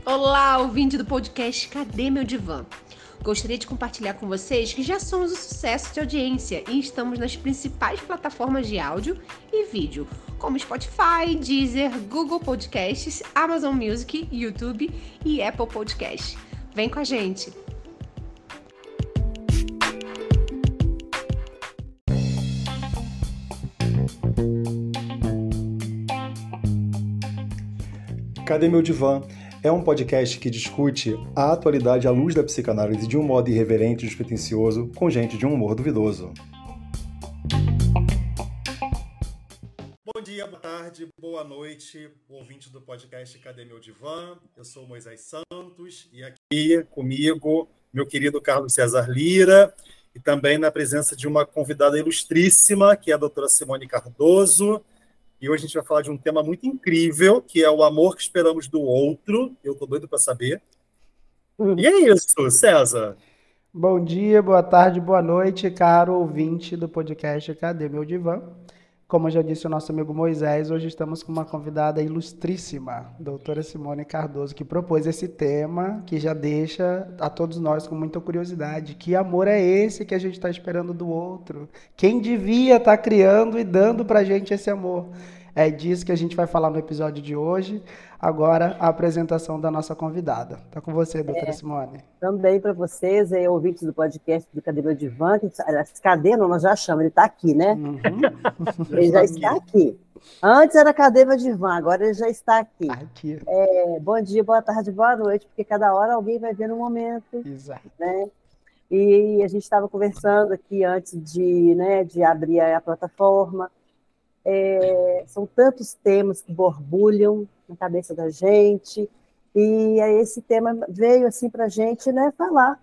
Olá, ouvinte do podcast Cadê Meu Divã? Gostaria de compartilhar com vocês que já somos um sucesso de audiência e estamos nas principais plataformas de áudio e vídeo, como Spotify, Deezer, Google Podcasts, Amazon Music, YouTube e Apple Podcasts. Vem com a gente! Cadê Meu Divã? É um podcast que discute a atualidade à luz da psicanálise de um modo irreverente e despretensioso, com gente de um humor duvidoso. Bom dia, boa tarde, boa noite, ouvinte do podcast Cadê Meu Divã? Eu sou Moisés Santos e aqui comigo meu querido Carlos César Lira e também na presença de uma convidada ilustríssima, que é a doutora Simone Cardoso. E hoje a gente vai falar de um tema muito incrível, que é o amor que esperamos do outro. Eu estou doido para saber. E é isso, César. Bom dia, boa tarde, boa noite, caro ouvinte do podcast Cadê Meu Divã? Como já disse o nosso amigo Moisés, hoje estamos com uma convidada ilustríssima, doutora Simone Cardoso, que propôs esse tema, que já deixa a todos nós com muita curiosidade. Que amor é esse que a gente está esperando do outro? Quem devia estar criando e dando para a gente esse amor? É disso que a gente vai falar no episódio de hoje. Agora, a apresentação da nossa convidada. Está com você, doutora Simone. Também para vocês, ouvintes do podcast do Cadê Meu Divã, Cadê não, nós já chamamos, ele está aqui, né? Ele já está aqui. Antes era Cadê Meu Divã, agora ele já está aqui. Aqui. Bom dia, boa tarde, boa noite, porque cada hora alguém vai ver no momento. Exato. Né? E a gente estava conversando aqui antes de abrir a plataforma. São tantos temas que borbulham na cabeça da gente, e aí esse tema veio assim para a gente, né, falar,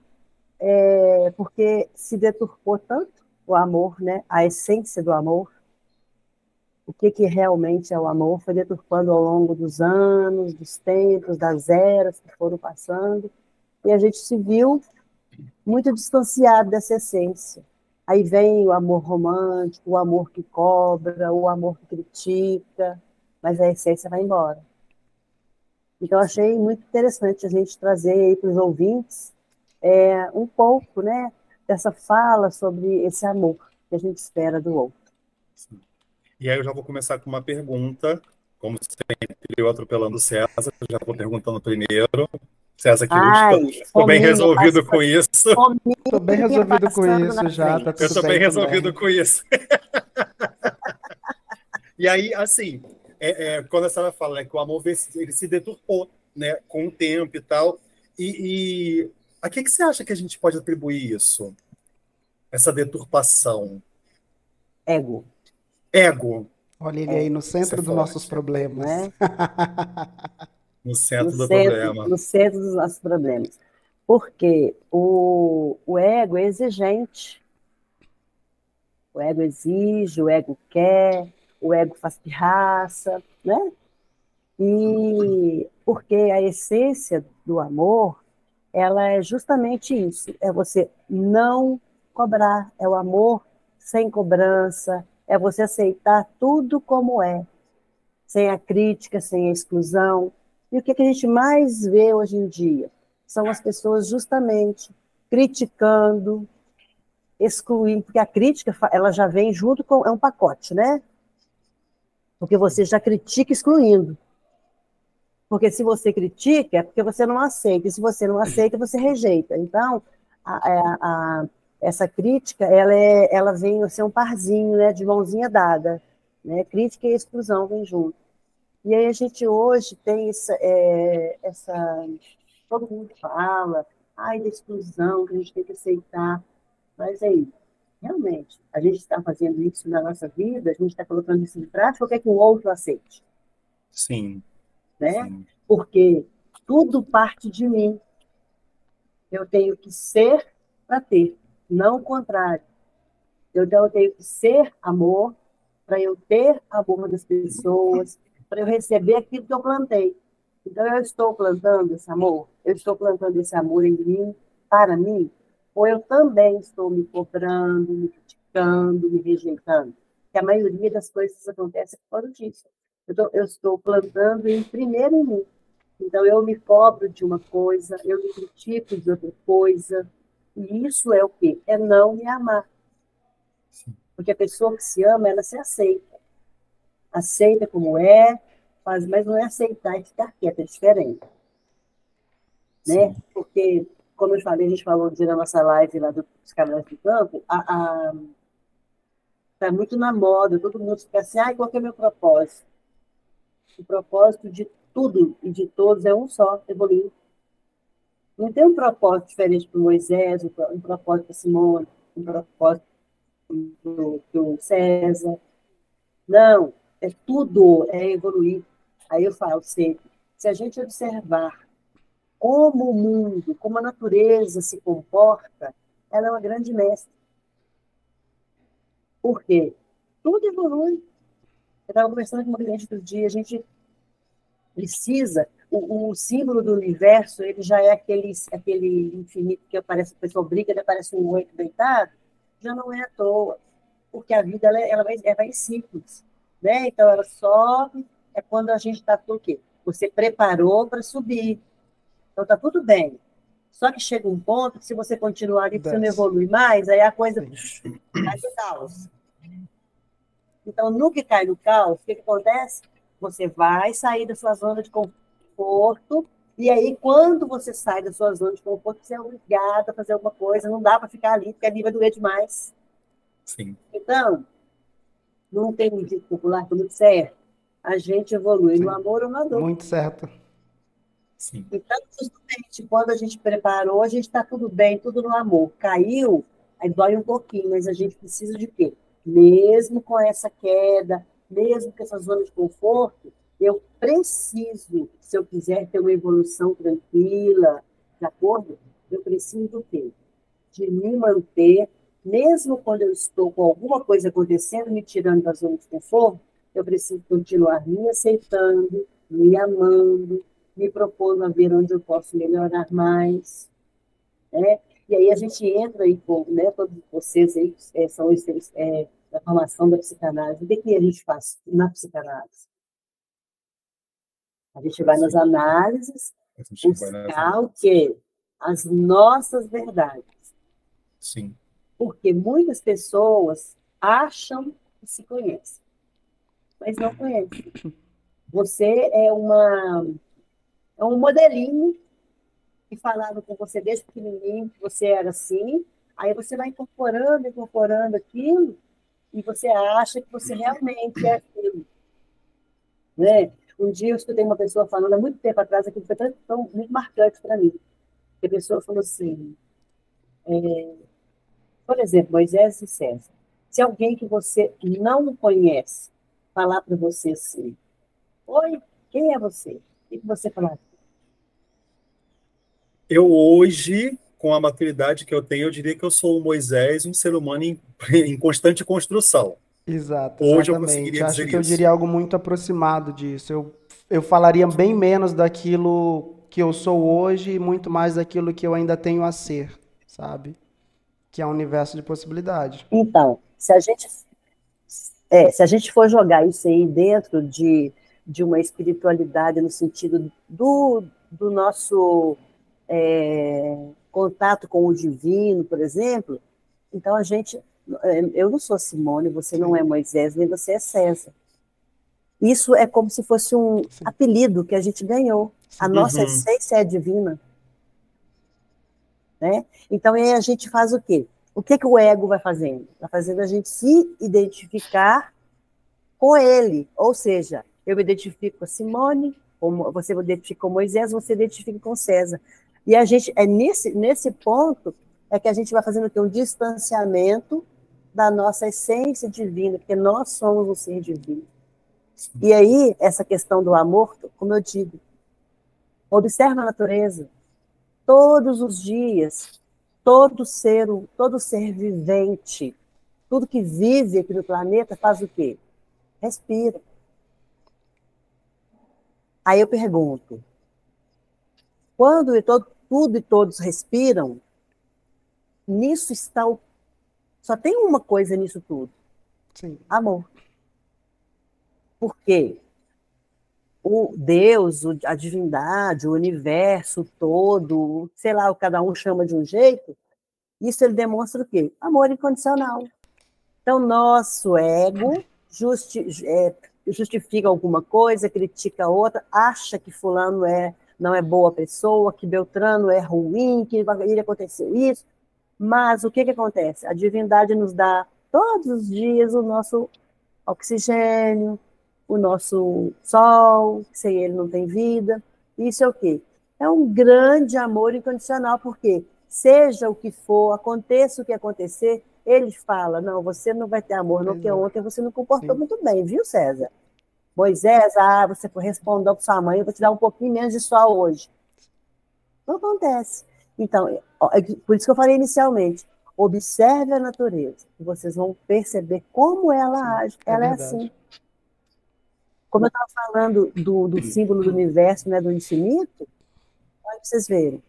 porque se deturpou tanto o amor, né, a essência do amor, o que realmente é o amor, foi deturpando ao longo dos anos, dos tempos, das eras que foram passando, e a gente se viu muito distanciado dessa essência. Aí vem o amor romântico, o amor que cobra, o amor que critica, mas a essência vai embora. Então, achei muito interessante a gente trazer aí para os ouvintes um pouco, né, dessa fala sobre esse amor que a gente espera do outro. Sim. E aí eu já vou começar com uma pergunta, como sempre, eu atropelando o César, já vou perguntando primeiro. César, que estou bem resolvido com isso. Estou bem resolvido com isso já, tá tudo bem. Eu estou bem resolvido com isso. E aí, assim, quando a senhora fala, né, que o amor ele se deturpou, né, com o tempo e tal, e a que você acha que a gente pode atribuir isso? Essa deturpação? Ego. Olha ele aí no centro dos nossos problemas. Né? No centro do problema. No centro dos nossos problemas. Porque o ego é exigente. O ego exige, o ego quer, o ego faz pirraça, né? E porque a essência do amor, ela é justamente isso. É você não cobrar. É o amor sem cobrança. É você aceitar tudo como é. Sem a crítica, sem a exclusão. E o que a gente mais vê hoje em dia? São as pessoas justamente criticando, excluindo, porque a crítica ela já vem junto com... É um pacote, né? Porque você já critica excluindo. Porque se você critica, é porque você não aceita. E se você não aceita, você rejeita. Então, essa crítica, ela vem a ser um parzinho, né, de mãozinha dada. Né? Crítica e exclusão vêm junto. E aí a gente hoje tem essa todo mundo fala, da exclusão, que a gente tem que aceitar. Mas aí, realmente, a gente está fazendo isso na nossa vida, a gente está colocando isso em prática, ou quer que o outro aceite? Sim. Né? Sim. Porque tudo parte de mim. Eu tenho que ser para ter, não o contrário. Então, eu tenho que ser amor para eu ter amor das pessoas, para eu receber aquilo que eu plantei. Então, eu estou plantando esse amor? Eu estou plantando esse amor em mim, para mim? Ou eu também estou me cobrando, me criticando, me rejeitando? Porque a maioria das coisas acontece por causa disso. Eu estou plantando primeiro em mim. Então, eu me cobro de uma coisa, eu me critico de outra coisa, e isso é o quê? É não me amar. Sim. Porque a pessoa que se ama, ela se aceita. Aceita como é, mas não é aceitar e ficar quieta, é diferente, né? Sim. Porque, como eu falei, a gente falou um dia na nossa live lá dos canais do campo, tá muito na moda, todo mundo fica assim, qual que é o meu propósito? O propósito de tudo e de todos é um só, evoluir. Não tem um propósito diferente para o Moisés, um propósito para Simone, um propósito para o César. Não, é tudo, é evoluir. Aí eu falo sempre, se a gente observar como o mundo, como a natureza se comporta, ela é uma grande mestra. Por quê? Tudo evolui. Eu estava conversando com uma cliente outro dia, a gente precisa, o símbolo do universo, ele já é aquele infinito que aparece, a pessoa brinca, ele aparece um oito deitado, já não é à toa, porque a vida ela vai em ciclos, né? Então ela sobe, é quando a gente está o quê? Você preparou para subir, então está tudo bem. Só que chega um ponto que se você continuar ali, você não Desce. evolui mais, aí a coisa Sim. cai no caos. Então, no que cai no caos, o que acontece? Você vai sair da sua zona de conforto, e aí, quando você sai da sua zona de conforto, você é obrigado a fazer alguma coisa, não dá para ficar ali, porque ali vai doer demais. Sim. Então, não tem um dito popular que muito certo. A gente evolui no Sim. amor ou na dor. Muito certo. Sim. Então, justamente, quando a gente preparou, a gente está tudo bem, tudo no amor. Caiu, aí dói um pouquinho, mas a gente precisa de quê? Mesmo com essa queda, mesmo com essa zona de conforto, eu preciso, se eu quiser ter uma evolução tranquila, de acordo, eu preciso do quê? De me manter, mesmo quando eu estou com alguma coisa acontecendo, me tirando da zona de conforto, eu preciso continuar me aceitando, me amando, me propondo a ver onde eu posso melhorar mais, né? E aí a gente entra aí, né, todos vocês aí, são da formação da psicanálise. O que a gente faz na psicanálise? A gente vai nas Sim. análises A gente vai buscar o quê? As nossas verdades. Sim. Porque muitas pessoas acham que se conhecem, mas não conhecem. Você é um modelinho que falaram com você desde pequenininho que você era assim, aí você vai incorporando aquilo, e você acha que você realmente é aquilo, né? Um dia eu escutei uma pessoa falando, há muito tempo atrás, aquilo foi muito marcante para mim, que a pessoa falou assim, por exemplo, Moisés e César, se alguém que você não conhece falar para você assim, oi, quem é você? O que você falar? Eu hoje, com a maturidade que eu tenho, eu diria que eu sou o Moisés, um ser humano em constante construção. Exato, Hoje eu exatamente. conseguiria Acho dizer que eu isso. diria algo muito aproximado disso. Eu falaria bem menos daquilo que eu sou hoje e muito mais daquilo que eu ainda tenho a ser, sabe? Que é um universo de possibilidade. Então, se a gente for jogar isso aí dentro de uma espiritualidade no sentido do nosso contato com o divino, por exemplo, então eu não sou Simone, você não é Sim, Moisés, nem você é César. Isso é como se fosse um sim, apelido que a gente ganhou. A sim. nossa Uhum. essência é divina, né? Então, aí a gente faz o quê? O que o ego vai fazendo? Vai fazendo a gente se identificar com ele. Ou seja, eu me identifico com a Simone, você me identifica com Moisés, você identifica com César. E a gente, nesse ponto, é que a gente vai fazendo aqui um distanciamento da nossa essência divina, porque nós somos um ser divino. E aí, essa questão do amor, como eu digo, observa a natureza. Todos os dias, todo ser vivente, tudo que vive aqui no planeta faz o quê? Respira. Aí eu pergunto, quando tudo e todos respiram, nisso está só tem uma coisa nisso tudo, Sim. amor. Por quê? o Deus, a divindade, o universo todo, sei lá, cada um chama de um jeito, isso ele demonstra o quê? Amor incondicional. Então, nosso ego justifica alguma coisa, critica outra, acha que fulano não é boa pessoa, que Beltrano é ruim, que iria acontecer isso. Mas o que acontece? A divindade nos dá todos os dias o nosso oxigênio, o nosso sol, sem ele não tem vida. Isso é o quê? É um grande amor incondicional, porque seja o que for, aconteça o que acontecer, ele fala, não, você não vai ter amor, não, porque ontem você não comportou muito bem, viu, César? Moisés, você respondeu para sua mãe, eu vou te dar um pouquinho menos de sol hoje. Não acontece. Então, por isso que eu falei inicialmente, observe a natureza, e vocês vão perceber como ela age. Ela é assim. Como eu estava falando do símbolo do universo, né, do infinito, olha para vocês verem.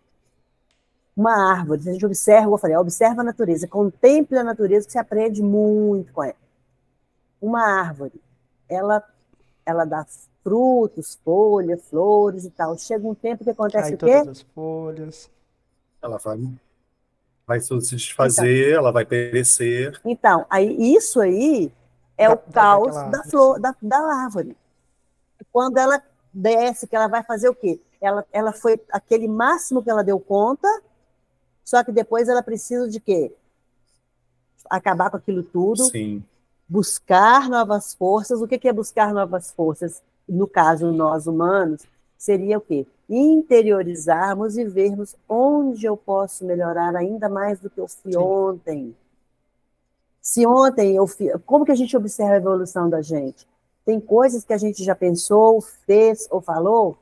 Uma árvore, se a gente observa, eu falei, observa a natureza, contemple a natureza, que se aprende muito com ela. Uma árvore, ela dá frutos, folhas, flores e tal. Chega um tempo que acontece o quê? Todas as folhas. Ela vai se desfazer, então, ela vai perecer. Então, isso aí é o caos da flor, da árvore. Quando ela desce, que ela vai fazer o quê? Ela foi aquele máximo que ela deu conta, só que depois ela precisa de quê? Acabar com aquilo tudo. Sim. Buscar novas forças. O que é buscar novas forças? No caso, nós humanos, seria o quê? Interiorizarmos e vermos onde eu posso melhorar ainda mais do que eu fui ontem. Se ontem eu fui... Como que a gente observa a evolução da gente? Tem coisas que a gente já pensou, fez ou falou.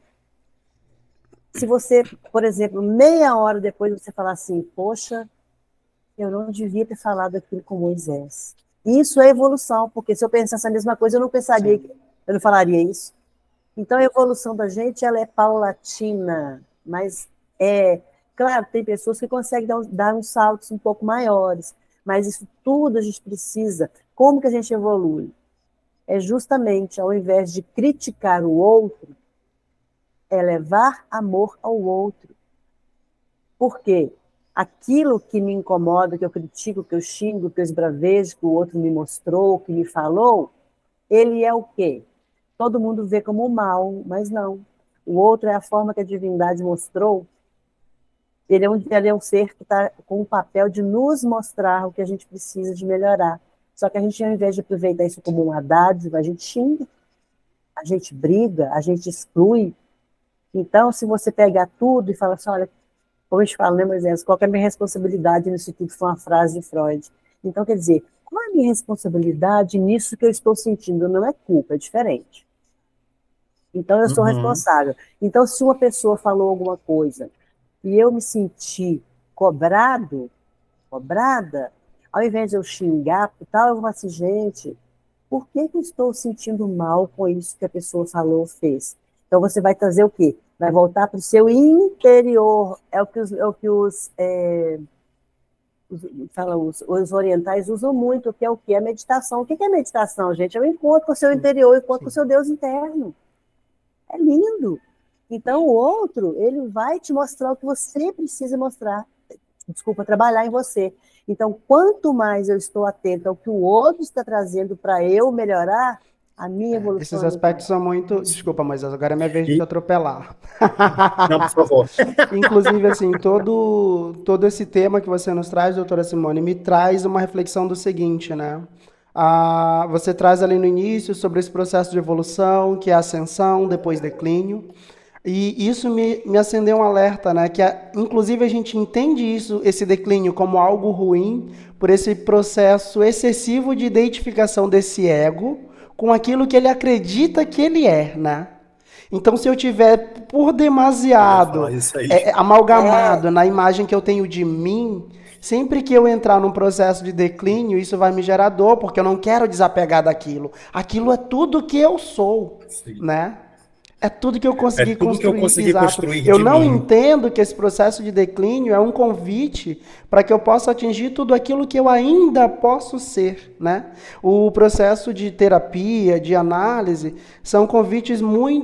Se você, por exemplo, meia hora depois você falar assim, poxa, eu não devia ter falado aquilo com Moisés. Isso é evolução, porque se eu pensasse a mesma coisa, eu não pensaria, eu não falaria isso. Então, a evolução da gente, ela é paulatina, mas claro, tem pessoas que conseguem dar uns saltos um pouco maiores, mas isso tudo a gente precisa. Como que a gente evolui? É justamente, ao invés de criticar o outro, é levar amor ao outro. Por quê? Aquilo que me incomoda, que eu critico, que eu xingo, que eu esbravejo, que o outro me mostrou, que me falou, ele é o quê? Todo mundo vê como mal, mas não. O outro é a forma que a divindade mostrou. Ele é um ser que está com o papel de nos mostrar o que a gente precisa de melhorar. Só que a gente, ao invés de aproveitar isso como uma dádiva, a gente xinga, a gente briga, a gente exclui. Então, se você pegar tudo e falar assim, olha, como a gente fala, né, Moisés, qual que é a minha responsabilidade nisso tudo? Foi uma frase de Freud. Então, quer dizer, qual é a minha responsabilidade nisso que eu estou sentindo? Não é culpa, é diferente. Então, eu sou responsável. Então, se uma pessoa falou alguma coisa e eu me senti cobrada, ao invés de eu xingar e tal, eu vou falar assim, gente, por que eu estou sentindo mal com isso que a pessoa falou ou fez? Então, você vai trazer o quê? Vai voltar para o seu interior. É o que os orientais usam muito, que é o quê? A meditação. O que é meditação, gente? É o encontro com o seu interior, o encontro com o seu Deus interno. É lindo. Então, o outro, ele vai te mostrar o que você precisa mostrar. Desculpa, trabalhar em você. Então, quanto mais eu estou atenta ao que o outro está trazendo para eu melhorar, a minha evolução... Esses aspectos são muito... Desculpa, Moisés, agora é minha vez de te atropelar. Não, por favor. Inclusive, assim, todo esse tema que você nos traz, doutora Simone, me traz uma reflexão do seguinte, né? Você traz ali no início sobre esse processo de evolução, que é ascensão, depois declínio. E isso me acendeu um alerta, né? Que inclusive a gente entende esse declínio como algo ruim por esse processo excessivo de identificação desse ego com aquilo que ele acredita que ele é, né? Então, se eu tiver por demasiado amalgamado na imagem que eu tenho de mim, sempre que eu entrar num processo de declínio, isso vai me gerar dor, porque eu não quero desapegar daquilo. Aquilo é tudo que eu sou, né? É tudo que eu consegui tudo que eu construir, consegui exato. construir Eu de não mim. entendo que esse processo de declínio é um convite para que eu possa atingir tudo aquilo que eu ainda posso ser, né? O processo de terapia, de análise, são convites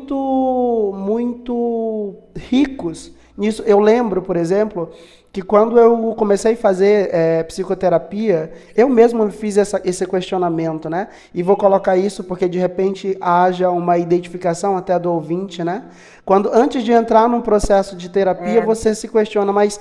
muito ricos nisso. Eu lembro, por exemplo, que quando eu comecei a fazer psicoterapia, eu mesmo fiz esse questionamento, né? E vou colocar isso porque de repente haja uma identificação até do ouvinte, né? Quando antes de entrar num processo de terapia, você se questiona, mas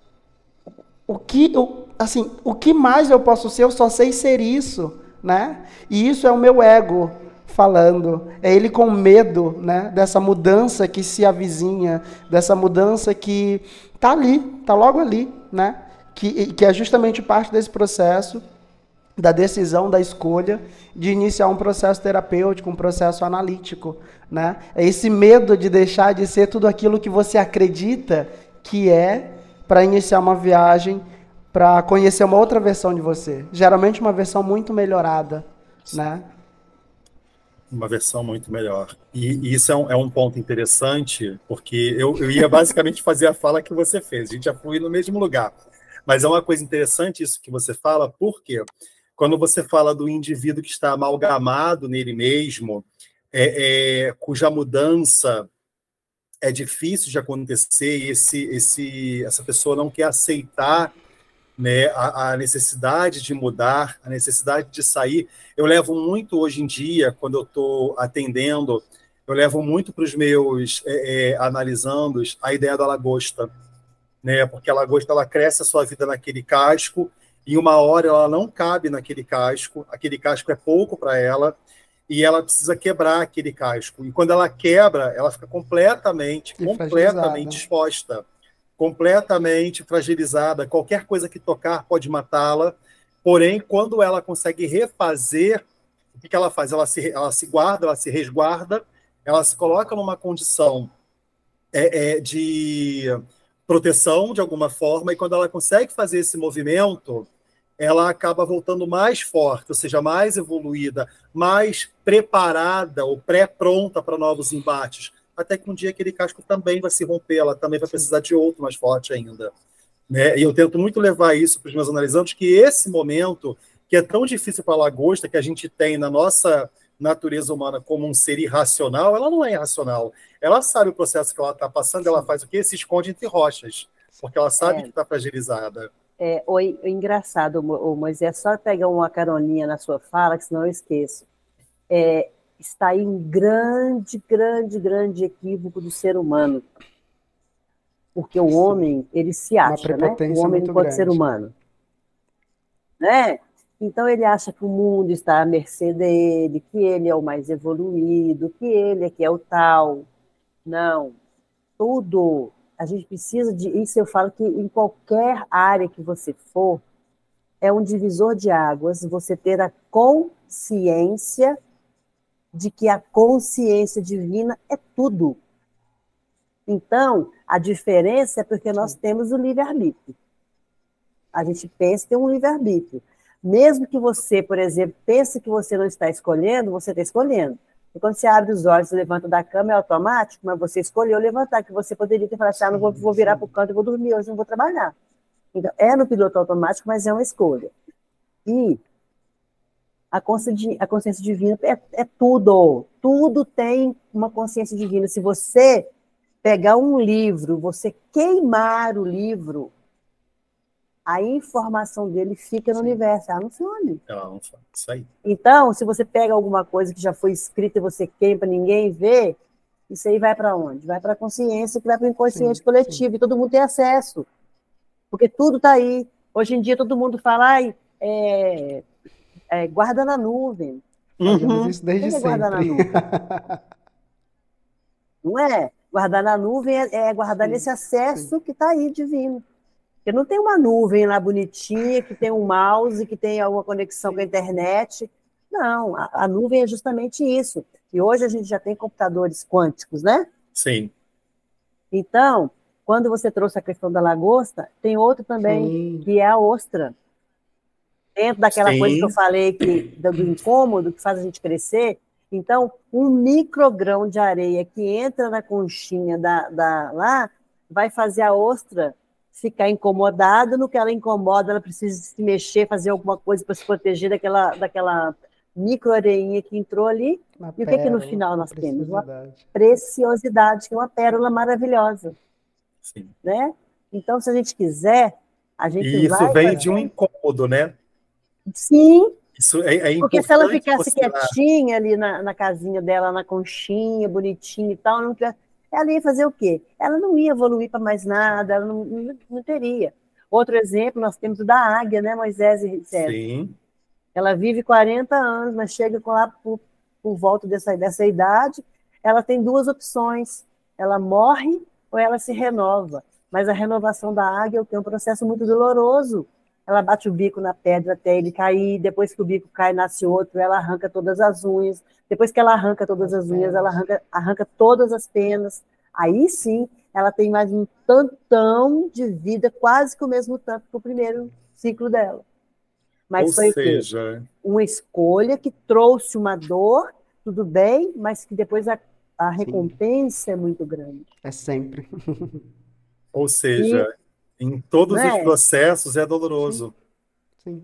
o que mais eu posso ser? Eu só sei ser isso, né? E isso é o meu ego falando, é ele com medo, né, dessa mudança que se avizinha, dessa mudança que tá ali, tá logo ali, né, que é justamente parte desse processo da decisão, da escolha de iniciar um processo terapêutico, um processo analítico, né? É esse medo de deixar de ser tudo aquilo que você acredita que é para iniciar uma viagem, para conhecer uma outra versão de você, geralmente uma versão muito melhorada, né? Uma versão muito melhor. E isso é um ponto interessante, porque eu ia basicamente fazer a fala que você fez. A gente já foi no mesmo lugar. Mas é uma coisa interessante isso que você fala, porque quando você fala do indivíduo que está amalgamado nele mesmo, cuja mudança é difícil de acontecer, e essa pessoa não quer aceitar, né, a necessidade de mudar, a necessidade de sair. Eu levo muito hoje em dia, quando eu estou atendendo, eu levo muito para os meus analisandos a ideia da lagosta, né, porque a lagosta ela cresce a sua vida naquele casco e uma hora ela não cabe naquele casco, aquele casco é pouco para ela e ela precisa quebrar aquele casco. E quando ela quebra, ela fica completamente exposta, completamente fragilizada, qualquer coisa que tocar pode matá-la, porém, quando ela consegue refazer, o que ela faz? Ela se guarda, ela se resguarda, ela se coloca numa condição de proteção, de alguma forma, e quando ela consegue fazer esse movimento, ela acaba voltando mais forte, ou seja, mais evoluída, mais preparada ou pré-pronta para novos embates, até que um dia aquele casco também vai se romper, ela também vai precisar de outro mais forte ainda. Né? E eu tento muito levar isso para os meus analisantes, que esse momento, que é tão difícil para a lagosta, que a gente tem na nossa natureza humana como um ser irracional, ela não é irracional. Ela sabe o processo que ela está passando, ela faz o quê? Se esconde entre rochas, porque ela sabe que está fragilizada. Engraçado, o Moisés, só pegar uma caroninha na sua fala, que senão eu esqueço. Está aí um grande, grande, grande equívoco do ser humano. Porque o homem, ele se acha, né? O homem não pode ser humano. Né? Então ele acha que o mundo está à mercê dele, que ele é o mais evoluído, que ele é que é o tal. Não. Tudo. A gente precisa de... Isso eu falo que em qualquer área que você for, é um divisor de águas você ter a consciência de que a consciência divina é tudo. Então, a diferença é porque nós temos o livre-arbítrio. A gente pensa que tem um livre-arbítrio. Mesmo que você, por exemplo, pense que você não está escolhendo, você está escolhendo. E quando você abre os olhos e levanta da cama, é automático, mas você escolheu levantar, que você poderia ter falado assim, não vou virar para o canto e vou dormir, hoje não vou trabalhar. Então, é no piloto automático, mas é uma escolha. E a consciência divina é tudo. Tudo tem uma consciência divina. Se você pegar um livro, você queimar o livro, a informação dele fica no universo, ela não some. Isso aí. Então, se você pega alguma coisa que já foi escrita e você queima para ninguém ver, isso aí vai para onde? Vai para a consciência, que vai para o inconsciente coletivo, e todo mundo tem acesso. Porque tudo está aí. Hoje em dia, todo mundo fala, guarda na nuvem. Fazemos isso desde sempre. Guardar na nuvem? Não é? Guardar na nuvem é guardar nesse acesso que está aí divino. Porque não tem uma nuvem lá bonitinha, que tem um mouse, que tem alguma conexão com a internet. Não, a nuvem é justamente isso. E hoje a gente já tem computadores quânticos, né? Sim. Então, quando você trouxe a questão da lagosta, tem outro também, que é a ostra. Dentro daquela coisa que eu falei do incômodo, que faz a gente crescer, Então, um microgrão de areia que entra na conchinha lá vai fazer a ostra ficar incomodada. No que ela incomoda, ela precisa se mexer, fazer alguma coisa para se proteger daquela micro-areinha que entrou ali. E o que no final nós temos? Uma preciosidade, que é uma pérola maravilhosa. Sim. Né? Então, se a gente quiser, a gente e isso vai vem fazer... de um incômodo, né? Sim. Isso é porque se ela ficasse quietinha ali na casinha dela, na conchinha, bonitinha e tal, ela ia fazer o quê? Ela não ia evoluir para mais nada, ela não teria. Outro exemplo, nós temos o da águia, né, Moisés e César? Sim. Ela vive 40 anos, mas chega lá por volta dessa idade, ela tem duas opções. Ela morre ou ela se renova. Mas a renovação da águia é um processo muito doloroso. Ela bate o bico na pedra até ele cair, depois que o bico cai, nasce outro, ela arranca todas as unhas, depois que ela arranca todas as unhas, ela arranca todas as penas. Aí sim, ela tem mais um tantão de vida, quase que o mesmo tanto que o primeiro ciclo dela. Mas foi o quê? Uma escolha que trouxe uma dor, tudo bem, mas que depois a recompensa é muito grande. É sempre. Ou seja, em todos os processos é doloroso. Sim.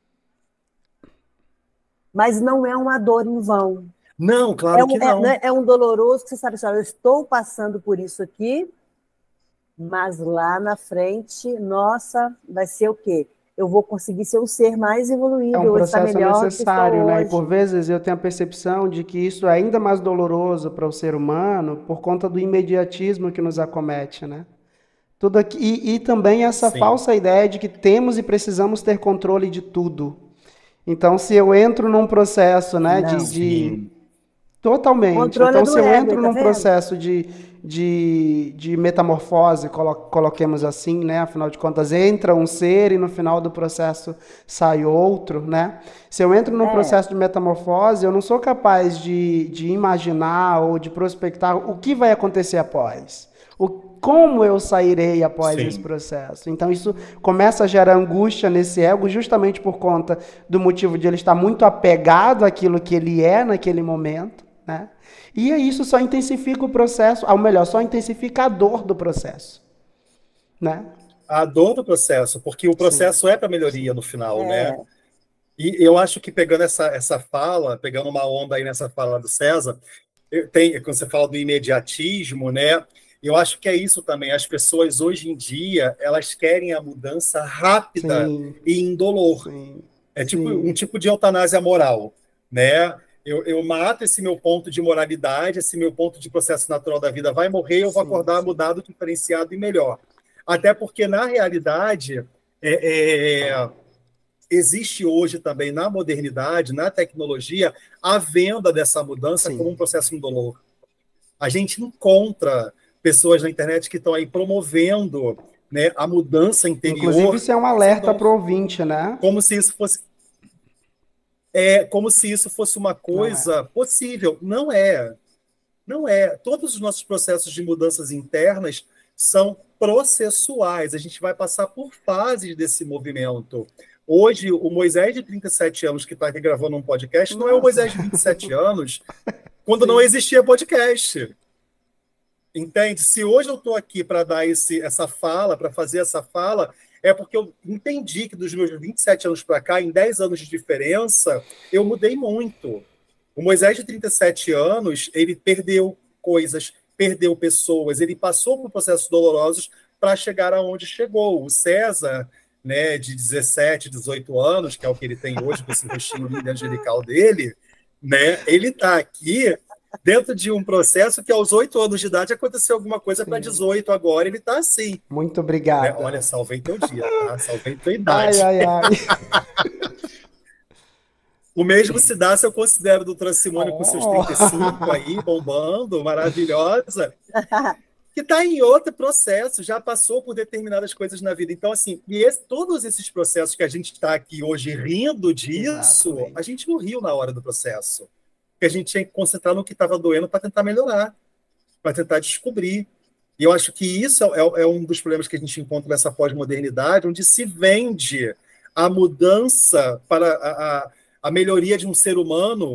Mas não é uma dor em vão. Não, claro que não. É um doloroso que você sabe, eu estou passando por isso aqui, mas lá na frente, nossa, vai ser o quê? Eu vou conseguir ser um ser mais evoluído. É um processo melhor necessário, né? E por vezes eu tenho a percepção de que isso é ainda mais doloroso para o ser humano por conta do imediatismo que nos acomete, né? Tudo aqui, e também essa falsa ideia de que temos e precisamos ter controle de tudo. Então, se eu entro num processo, né, totalmente. Controle então, se eu entro num vendo? processo de metamorfose, coloquemos assim, né? Afinal de contas, entra um ser e no final do processo sai outro, né? Se eu entro num processo de metamorfose, eu não sou capaz de imaginar ou de prospectar o que vai acontecer após. Como eu sairei após esse processo. Então, isso começa a gerar angústia nesse ego justamente por conta do motivo de ele estar muito apegado àquilo que ele é naquele momento, né? E isso só intensifica o processo, ou melhor, só intensifica a dor do processo, né? A dor do processo, porque o processo é para melhoria no final, né? E eu acho que pegando essa fala, pegando uma onda aí nessa fala do César, quando você fala do imediatismo, né? Eu acho que é isso também. As pessoas, hoje em dia, elas querem a mudança rápida e indolor. É tipo um tipo de eutanásia moral, né? Eu mato esse meu ponto de moralidade, esse meu ponto de processo natural da vida vai morrer, eu vou acordar mudado, diferenciado e melhor. Até porque, na realidade, existe hoje também, na modernidade, na tecnologia, a venda dessa mudança como um processo indolor. A gente encontra pessoas na internet que estão aí promovendo, né, a mudança interior. Inclusive, isso é um alerta para o ouvinte, né? Como se isso fosse uma coisa possível. Não é. Não é. Todos os nossos processos de mudanças internas são processuais. A gente vai passar por fases desse movimento. Hoje, o Moisés de 37 anos que está aqui gravando um podcast não é o Moisés de 27 anos quando não existia podcast. Entende? Se hoje eu estou aqui para dar essa fala, para fazer essa fala, é porque eu entendi que dos meus 27 anos para cá, em 10 anos de diferença, eu mudei muito. O Moisés de 37 anos, ele perdeu coisas, perdeu pessoas, ele passou por processos dolorosos para chegar aonde chegou. O César, né, de 17, 18 anos, que é o que ele tem hoje, com esse rostinho lindo e angelical dele, né, ele está aqui dentro de um processo que aos 8 anos de idade aconteceu alguma coisa para 18 agora, ele está assim. Muito obrigado. Né? Olha, salvei teu dia, tá? Salvei tua idade. Ai. O mesmo se dá se eu considero a doutora Simone com seus 35 aí, bombando, maravilhosa, que está em outro processo, já passou por determinadas coisas na vida. Então, assim, todos esses processos que a gente está aqui hoje rindo disso, a gente não riu na hora do processo. Que a gente tinha que concentrar no que estava doendo para tentar melhorar, para tentar descobrir. E eu acho que isso é um dos problemas que a gente encontra nessa pós-modernidade, onde se vende a mudança para a melhoria de um ser humano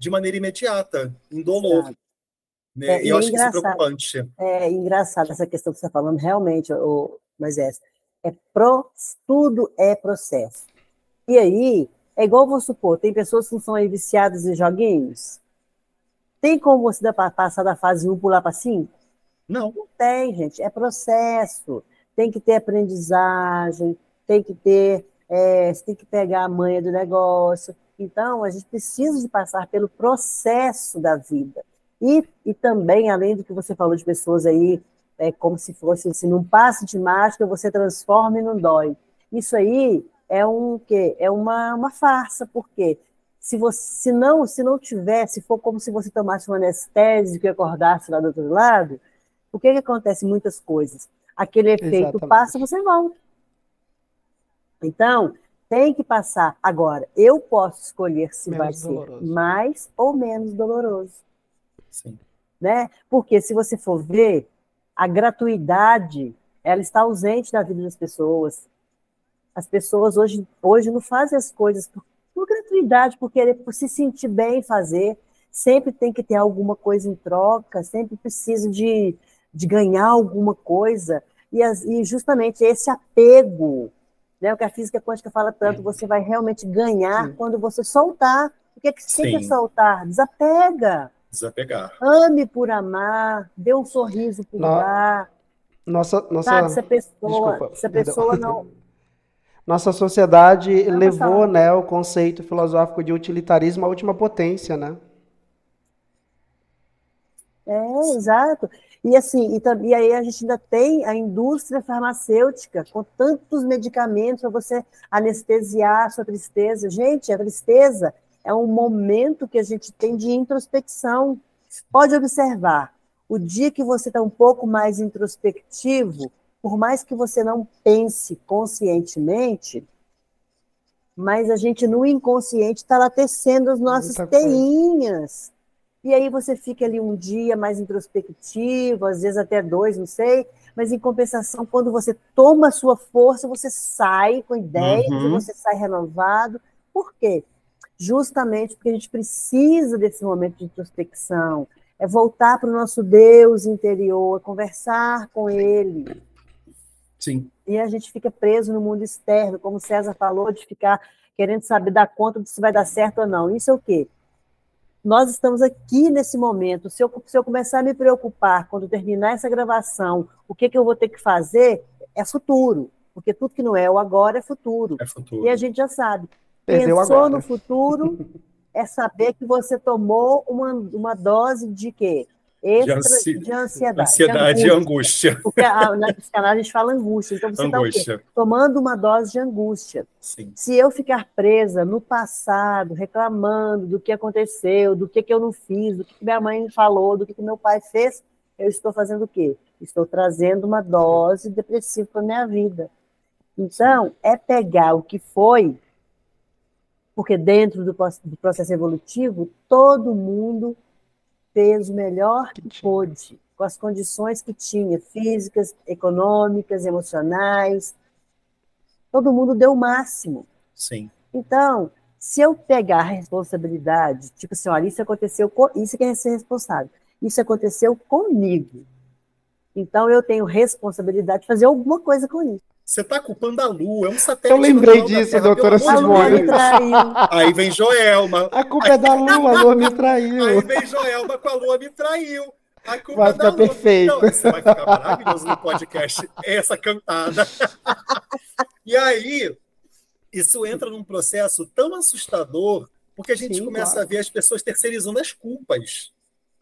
de maneira imediata, indolor. Exato. Né? E eu acho que isso é preocupante. É engraçado essa questão que você está falando, realmente, Moisés. Tudo é processo. E aí, é igual, vou supor, tem pessoas que não são aí viciadas em joguinhos. Tem como você passar da fase 1 pular para 5? Não. Não tem, gente. É processo. Tem que ter aprendizagem, tem que ter, você tem que pegar a manha do negócio. Então, a gente precisa de passar pelo processo da vida. E também, além do que você falou de pessoas aí, como se fosse assim, num passe de mágica, você transforma e não dói. Isso aí é quê? É uma farsa, porque se não tiver, se for como se você tomasse um anestésico e acordasse lá do outro lado, o que acontece? Muitas coisas. Aquele efeito Exatamente. passa, você volta. Então, tem que passar. Agora, eu posso escolher se vai ser mais ou menos doloroso. Sim. Né? Porque se você for ver, a gratuidade, ela está ausente na vida das pessoas. As pessoas hoje não fazem as coisas por gratuidade, por querer, por se sentir bem fazer. Sempre tem que ter alguma coisa em troca, sempre precisa de ganhar alguma coisa. E justamente esse apego, né, o que a física quântica fala tanto, você vai realmente ganhar quando você soltar. O que é soltar? Desapega. Desapegar. Ame por amar, dê um sorriso por dar. Sabe, se a pessoa não... Nossa sociedade levou, né, o conceito filosófico de utilitarismo à última potência, né? Exato. E assim, e aí a gente ainda tem a indústria farmacêutica com tantos medicamentos para você anestesiar a sua tristeza. Gente, a tristeza é um momento que a gente tem de introspecção. Pode observar, o dia que você está um pouco mais introspectivo, por mais que você não pense conscientemente, mas a gente no inconsciente está lá tecendo as nossas teinhas. E aí você fica ali um dia mais introspectivo, às vezes até 2, não sei, mas em compensação, quando você toma a sua força, você sai com ideias, e você sai renovado. Por quê? Justamente porque a gente precisa desse momento de introspecção, é voltar para o nosso Deus interior, conversar com Ele. Sim. E a gente fica preso no mundo externo, como o César falou, de ficar querendo saber dar conta de se vai dar certo ou não. Isso é o quê? Nós estamos aqui nesse momento. Se eu começar a me preocupar quando terminar essa gravação, o que eu vou ter que fazer, é futuro. Porque tudo que não é o agora é futuro. É futuro. E a gente já sabe. Perdeu Pensou agora. no futuro, é saber que você tomou uma dose de quê? De ansiedade. Ansiedade e angústia. Porque na psicanálise a gente fala angústia. Então você está o quê? Tomando uma dose de angústia. Sim. Se eu ficar presa no passado, reclamando do que aconteceu, do que eu não fiz, do que minha mãe falou, do que meu pai fez, eu estou fazendo o quê? Estou trazendo uma dose depressiva para a minha vida. Então, é pegar o que foi, porque dentro do processo evolutivo, todo mundo fez o melhor que pôde, com as condições que tinha, físicas, econômicas, emocionais. Todo mundo deu o máximo. Sim. Então, se eu pegar a responsabilidade, tipo assim, olha, isso aconteceu, isso que é ser responsável, isso aconteceu comigo. Então, eu tenho responsabilidade de fazer alguma coisa com isso. Você está culpando a Lua, é um satélite. Eu lembrei disso, doutora Simone. Aí vem Joelma. A culpa é da Lua, a Lua me traiu. Aí vem Joelma com a Lua me traiu. A culpa vai ficar é da Lua. perfeito. Então, você vai ficar maravilhoso no podcast, essa cantada. E aí, isso entra num processo tão assustador, porque a gente começa a ver as pessoas terceirizando as culpas.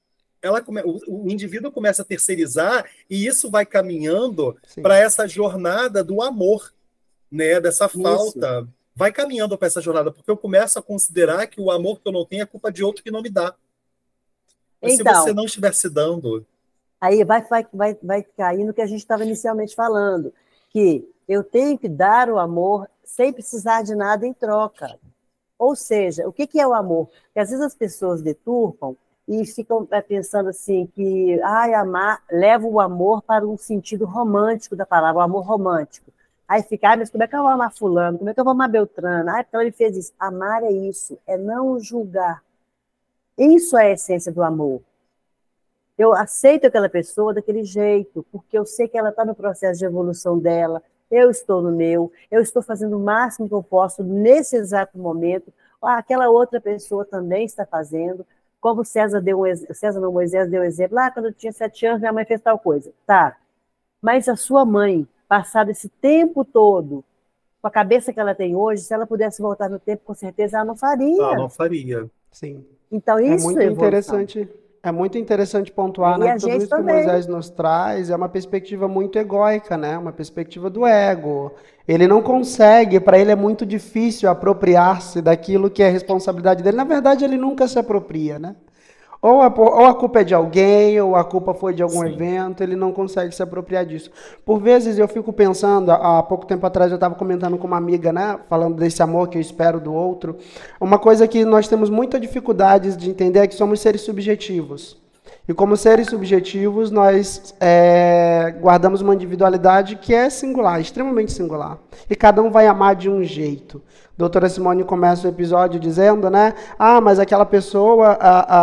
O indivíduo começa a terceirizar e isso vai caminhando para essa jornada do amor, né? Dessa falta. Vai caminhando para essa jornada, porque eu começo a considerar que o amor que eu não tenho é culpa de outro que não me dá. Mas então, se você não estiver se dando... Aí vai cair no que a gente estava inicialmente falando, que eu tenho que dar o amor sem precisar de nada em troca. Ou seja, o que é o amor? Porque às vezes as pessoas deturpam e ficam pensando assim que amar leva o amor para um sentido romântico da palavra, o amor romântico. Aí fica, mas como é que eu vou amar fulano? Como é que eu vou amar Beltrano? Porque ele fez isso. Amar é isso, é não julgar. Isso é a essência do amor. Eu aceito aquela pessoa daquele jeito, porque eu sei que ela está no processo de evolução dela, eu estou no meu, eu estou fazendo o máximo que eu posso nesse exato momento, aquela outra pessoa também está fazendo, como Moisés deu um exemplo, quando eu tinha 7 anos, minha mãe fez tal coisa. Tá, mas a sua mãe, passado esse tempo todo, com a cabeça que ela tem hoje, se ela pudesse voltar no tempo, com certeza ela não faria. Ela não faria. Sim. Então, isso é evolução. É muito interessante pontuar, né, que tudo isso que o Moisés nos traz é uma perspectiva muito egóica, né? Uma perspectiva do ego. Ele não consegue, para ele é muito difícil apropriar-se daquilo que é responsabilidade dele. Na verdade, ele nunca se apropria, né? Ou a culpa é de alguém, ou a culpa foi de algum evento, ele não consegue se apropriar disso. Por vezes eu fico pensando, há pouco tempo atrás eu estava comentando com uma amiga, né, falando desse amor que eu espero do outro, uma coisa que nós temos muita dificuldade de entender é que somos seres subjetivos. E como seres subjetivos, nós guardamos uma individualidade que é singular, extremamente singular. E cada um vai amar de um jeito. A doutora Simone começa o episódio dizendo, né? Mas aquela pessoa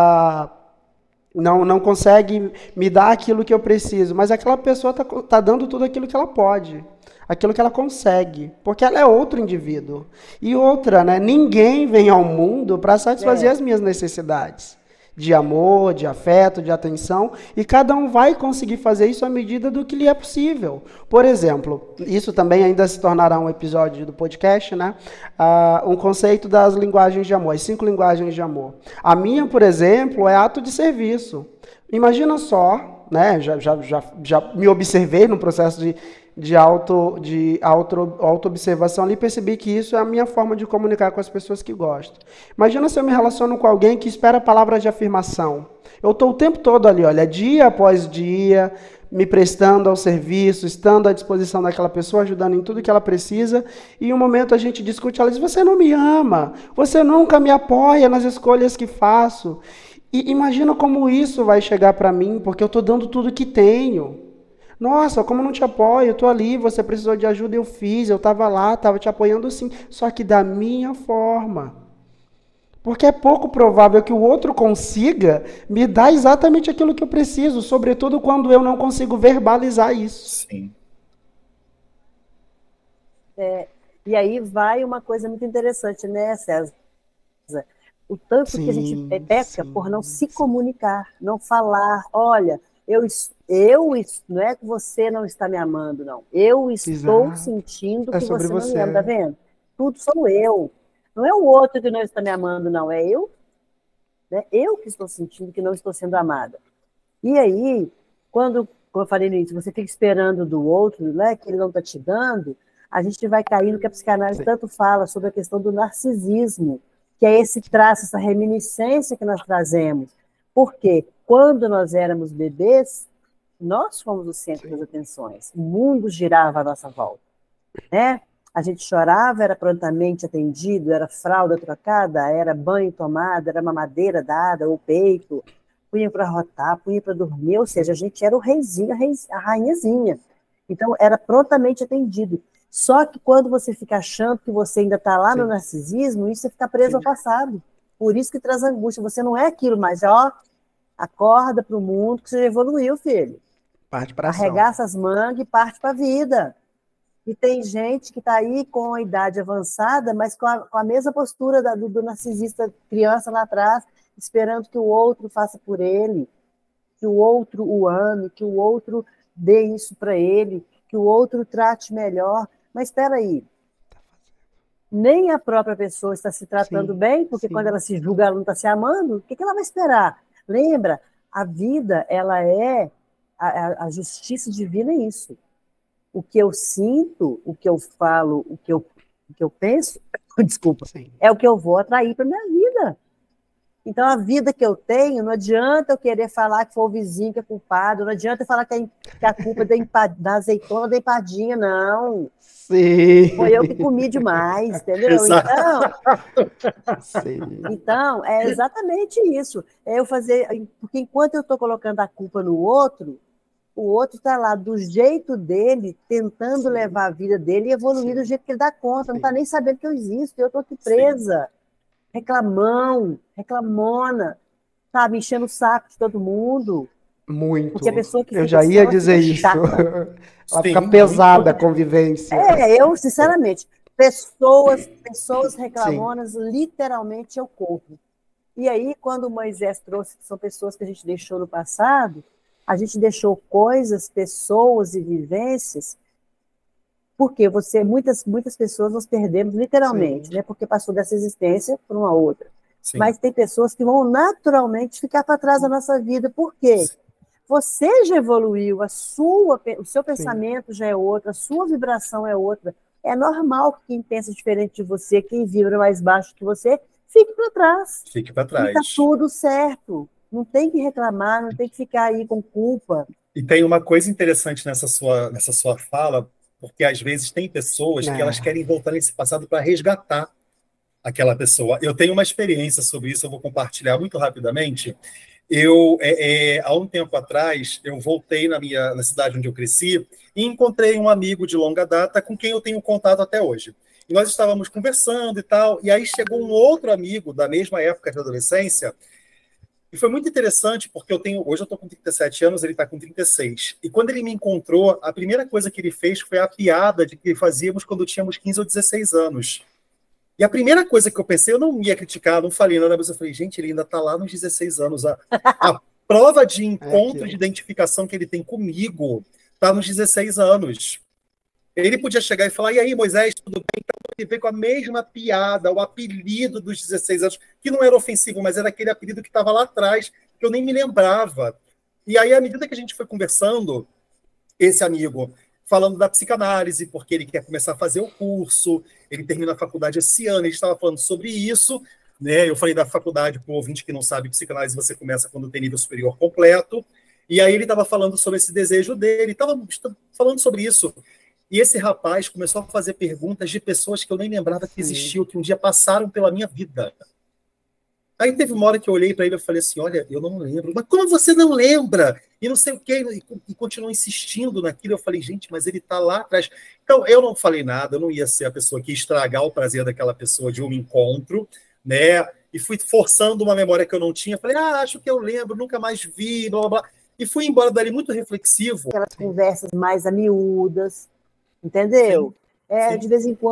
não consegue me dar aquilo que eu preciso. Mas aquela pessoa está dando tudo aquilo que ela pode. Aquilo que ela consegue. Porque ela é outro indivíduo. E outra, né? Ninguém vem ao mundo para satisfazer as minhas necessidades. De amor, de afeto, de atenção, e cada um vai conseguir fazer isso à medida do que lhe é possível. Por exemplo, isso também ainda se tornará um episódio do podcast, né? Um conceito das linguagens de amor, as 5 linguagens de amor. A minha, por exemplo, é ato de serviço. Imagina só, né? Já me observei no processo de auto-observação ali, percebi que isso é a minha forma de comunicar com as pessoas que gostam. Imagina se eu me relaciono com alguém que espera palavras de afirmação. Eu estou o tempo todo ali, olha, dia após dia, me prestando ao serviço, estando à disposição daquela pessoa, ajudando em tudo que ela precisa, e em um momento a gente discute, ela diz, você não me ama, você nunca me apoia nas escolhas que faço. E imagina como isso vai chegar para mim, porque eu estou dando tudo que tenho. Nossa, como não te apoio? Eu estou ali, você precisou de ajuda, eu fiz, eu estava lá, estava te apoiando sim, só que da minha forma. Porque é pouco provável que o outro consiga me dar exatamente aquilo que eu preciso, sobretudo quando eu não consigo verbalizar isso. Sim. E aí vai uma coisa muito interessante, né, César? O tanto que a gente peca por não se comunicar, não falar, olha, não é que você não está me amando, não. Eu estou sentindo que você não me ama, tá vendo? Tudo sou eu. Não é o outro que não está me amando, não. É eu. Né? Eu que estou sentindo que não estou sendo amada. E aí, como eu falei no início, você fica esperando do outro, né, que ele não está te dando, a gente vai cair no que a psicanálise tanto fala sobre a questão do narcisismo, que é esse traço, essa reminiscência que nós trazemos. Porque quando nós éramos bebês, nós fomos o centro das atenções. O mundo girava à nossa volta. Né? A gente chorava, era prontamente atendido, era fralda trocada, era banho tomado, era mamadeira dada, ou peito, punha para rotar, punha para dormir, ou seja, a gente era o reizinho, a rainhazinha. Então, era prontamente atendido. Só que quando você fica achando que você ainda está lá no narcisismo, isso você fica preso ao passado. Por isso que traz angústia. Você não é aquilo mais, acorda para o mundo que você já evoluiu, filho. Parte para ação. Arregaça as mangas e parte para a vida. E tem gente que está aí com a idade avançada, mas com a mesma postura do narcisista criança lá atrás, esperando que o outro faça por ele, que o outro o ame, que o outro dê isso para ele, que o outro trate melhor. Mas espera aí, nem a própria pessoa está se tratando bem, porque quando ela se julga, ela não está se amando, o que ela vai esperar? Lembra, a vida, ela é, a justiça divina é isso. O que eu sinto, o que eu falo, o que eu penso, desculpa, é o que eu vou atrair para a minha vida. Então, a vida que eu tenho, não adianta eu querer falar que foi o vizinho que é culpado, não adianta eu falar que a culpa é da azeitona, da empadinha, não. Foi eu que comi demais, entendeu? Então, é exatamente isso. É eu fazer, porque enquanto eu estou colocando a culpa no outro, o outro está lá do jeito dele, tentando levar a vida dele e evoluir do jeito que ele dá conta, não está nem sabendo que eu existo, eu estou aqui presa. Reclamona. sabe, enchendo o saco de todo mundo. Muito. Porque a pessoa que Eu fica já assim, ia ela dizer fica isso. chata. Ela Sim, fica muito. pesada a convivência. Eu, sinceramente, pessoas Sim. reclamonas, literalmente eu corro. E aí, quando o Moisés trouxe, que são pessoas que a gente deixou no passado, a gente deixou coisas, pessoas e vivências, porque muitas pessoas nós perdemos literalmente, Sim. né? Porque passou dessa existência para uma outra. Sim. Mas tem pessoas que vão naturalmente ficar para trás da nossa vida. Por quê? Você já evoluiu, o seu Sim. pensamento já é outro, a sua vibração é outra. É normal que quem pensa diferente de você, quem vibra mais baixo que você, fique para trás. Fique para E está trás. tudo certo. Não tem que reclamar, não tem que ficar aí com culpa. E tem uma coisa interessante nessa sua fala, porque às vezes tem pessoas que elas É. querem voltar nesse passado para resgatar aquela pessoa. Eu tenho uma experiência sobre isso, eu vou compartilhar muito rapidamente. Há um tempo atrás, eu voltei na cidade onde eu cresci e encontrei um amigo de longa data com quem eu tenho contato até hoje. E nós estávamos conversando e tal, e aí chegou um outro amigo da mesma época de adolescência, e foi muito interessante porque hoje eu estou com 37 anos, ele está com 36. E quando ele me encontrou, a primeira coisa que ele fez foi a piada de que fazíamos quando tínhamos 15 ou 16 anos. E a primeira coisa que eu pensei, eu não ia criticar, não falei nada, mas eu falei, gente, ele ainda está lá nos 16 anos. A prova de É encontro, de aquilo. identificação que ele tem comigo está nos 16 anos. Ele podia chegar e falar, e aí, Moisés, tudo bem? Então, ele veio com a mesma piada, o apelido dos 16 anos, que não era ofensivo, mas era aquele apelido que estava lá atrás, que eu nem me lembrava. E aí, à medida que a gente foi conversando, esse amigo falando da psicanálise, porque ele quer começar a fazer o curso, ele termina a faculdade esse ano, ele estava falando sobre isso, né? Eu falei da faculdade para o ouvinte que não sabe, psicanálise você começa quando tem nível superior completo, e aí ele estava falando sobre esse desejo dele, estava falando sobre isso. E esse rapaz começou a fazer perguntas de pessoas que eu nem lembrava que Sim. existiam, que um dia passaram pela minha vida. Aí teve uma hora que eu olhei para ele e falei assim, olha, eu não lembro. Mas como você não lembra? E não sei o quê. E continuou insistindo naquilo. Eu falei, gente, mas ele está lá atrás. Então, eu não falei nada, eu não ia ser a pessoa que ia estragar o prazer daquela pessoa de um encontro, né? E fui forçando uma memória que eu não tinha. Falei, acho que eu lembro, nunca mais vi, blá, blá, blá. E fui embora dali muito reflexivo. Aquelas conversas mais amiúdas, entendeu? Sim, sim. De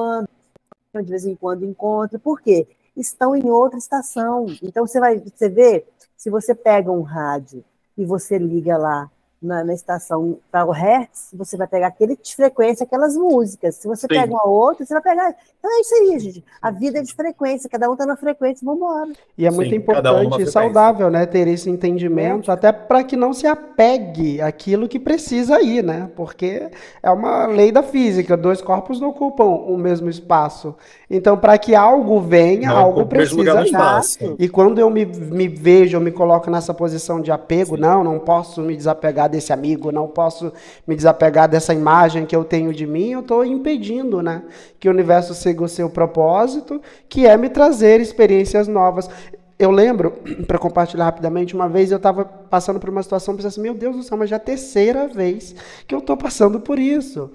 vez em quando encontra. Por quê? Estão em outra estação. Então, você vê, se você pega um rádio e você liga lá na estação para o Hertz, você vai pegar aquele de frequência, aquelas músicas. Se você pega Sim. uma outra, você vai pegar. Então é isso aí, gente. A vida é de frequência, cada um está na frequência, vamos embora. E é muito Sim, cada um numa importante e frequência. saudável, né, ter esse entendimento, até para que não se apegue àquilo que precisa ir, né? Porque é uma lei da física, dois corpos não ocupam o mesmo espaço. Então, para que algo venha, Não algo ocupa o mesmo lugar precisa no ir. espaço. E quando eu me vejo, eu me coloco nessa posição de apego, Sim. não posso me desapegar desse amigo, não posso me desapegar dessa imagem que eu tenho de mim, eu estou impedindo, né, que o universo siga o seu propósito, que é me trazer experiências novas. Eu lembro, para compartilhar rapidamente, uma vez eu estava passando por uma situação, pensei assim, meu Deus do céu, mas já é a terceira vez que eu estou passando por isso.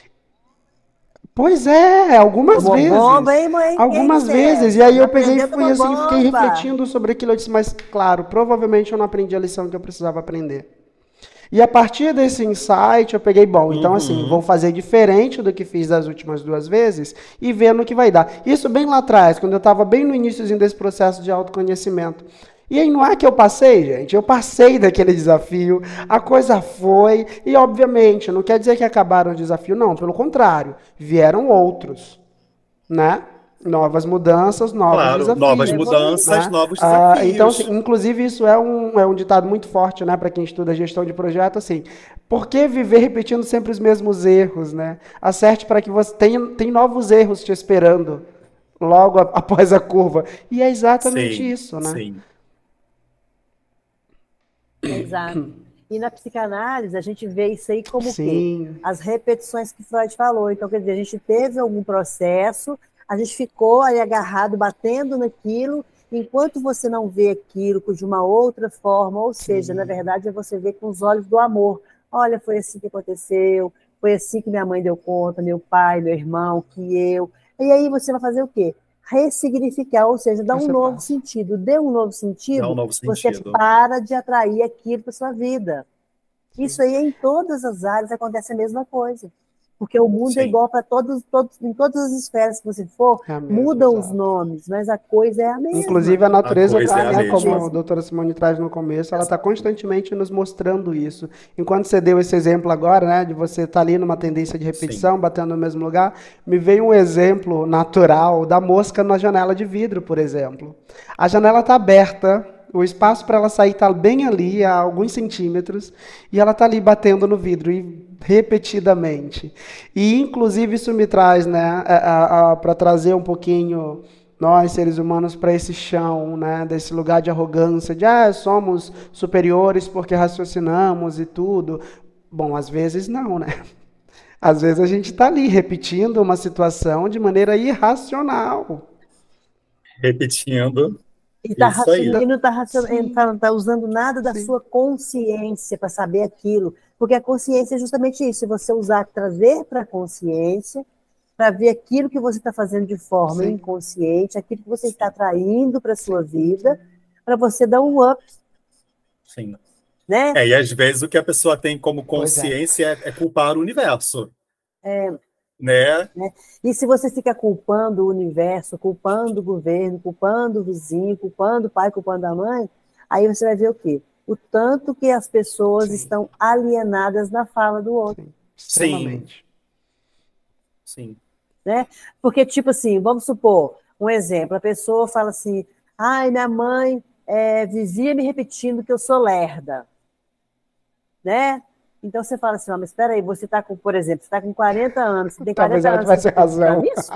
Pois é, algumas Tomou vezes. bomba, hein, mãe? Quem Algumas vezes. dissesse? E aí eu peguei e Aprendeu, fui tomou assim, fiquei bomba. refletindo sobre aquilo. Eu disse, mas claro, provavelmente eu não aprendi a lição que eu precisava aprender. E a partir desse insight, eu peguei, bom, então assim, vou fazer diferente do que fiz das últimas duas vezes e ver no que vai dar. Isso bem lá atrás, quando eu estava bem no iníciozinho desse processo de autoconhecimento. E aí não é que eu passei, gente, eu passei daquele desafio, a coisa foi, e obviamente, não quer dizer que acabaram o desafio, não, pelo contrário, vieram outros, né? Novas mudanças, novos Claro, novas desafios, mudanças, né? novos Então, assim, desafios. inclusive isso é um ditado muito forte, né, para quem estuda gestão de projeto, assim, por que viver repetindo sempre os mesmos erros, né? Acerte para que você tem novos erros te esperando logo após a curva. E é exatamente Sim, isso, né? sim. Exato. E na psicanálise, a gente vê isso aí como o quê? Sim, As repetições que Freud falou. Então, quer dizer, a gente teve algum processo, a gente ficou aí agarrado, batendo naquilo, enquanto você não vê aquilo de uma outra forma, ou seja, na verdade, é você ver com os olhos do amor. Olha, foi assim que aconteceu, foi assim que minha mãe deu conta, meu pai, meu irmão, que eu. E aí você vai fazer o quê? ressignificar, ou seja, dar um Você novo passa. sentido. Dê um novo Dá um sentido, novo você sentido. para de atrair aquilo para sua vida. Sim. Isso aí em todas as áreas acontece a mesma coisa. Porque o mundo é Sim. igual para em todas as esferas que você for, É a mesma, mudam os exato. nomes, mas a coisa é a mesma. Inclusive, a natureza coisa está, é a né, como a mesma. doutora Simone traz no começo, ela está constantemente nos mostrando isso. Enquanto você deu esse exemplo agora, né, de você estar ali numa tendência de repetição, batendo no mesmo lugar, me veio um exemplo natural da mosca na janela de vidro, por exemplo. A janela está aberta, o espaço para ela sair está bem ali, a alguns centímetros, e ela está ali batendo no vidro, e repetidamente. E, inclusive, isso me traz, né, para trazer um pouquinho nós, seres humanos, para esse chão, né, desse lugar de arrogância, de somos superiores porque raciocinamos e tudo. Bom, às vezes não, né? Às vezes a gente está ali repetindo uma situação de maneira irracional. Repetindo. E, Isso aí. e não está Sim, tá usando nada da sim. sua consciência para saber aquilo. Porque a consciência é justamente isso. Se você usar, trazer para a consciência, para ver aquilo que você está fazendo de forma Sim. inconsciente, aquilo que você está atraindo para a sua vida, para você dar um up, Sim. né? E às vezes o que a pessoa tem como Pois é. consciência é culpar o universo. Né? E se você fica culpando o universo, culpando o governo, culpando o vizinho, culpando o pai, culpando a mãe, aí você vai ver o quê? O tanto que as pessoas Sim. estão alienadas na fala do outro. Sim. Extremamente. Sim. Né? Porque, tipo assim, vamos supor, um exemplo, a pessoa fala assim, ai, minha mãe vivia me repetindo que eu sou lerda, né? Então você fala assim, mas espera aí, você está com, por exemplo, você está com 40 anos, você tem Talvez 40 ela anos, você tivesse está acreditando razão. nisso?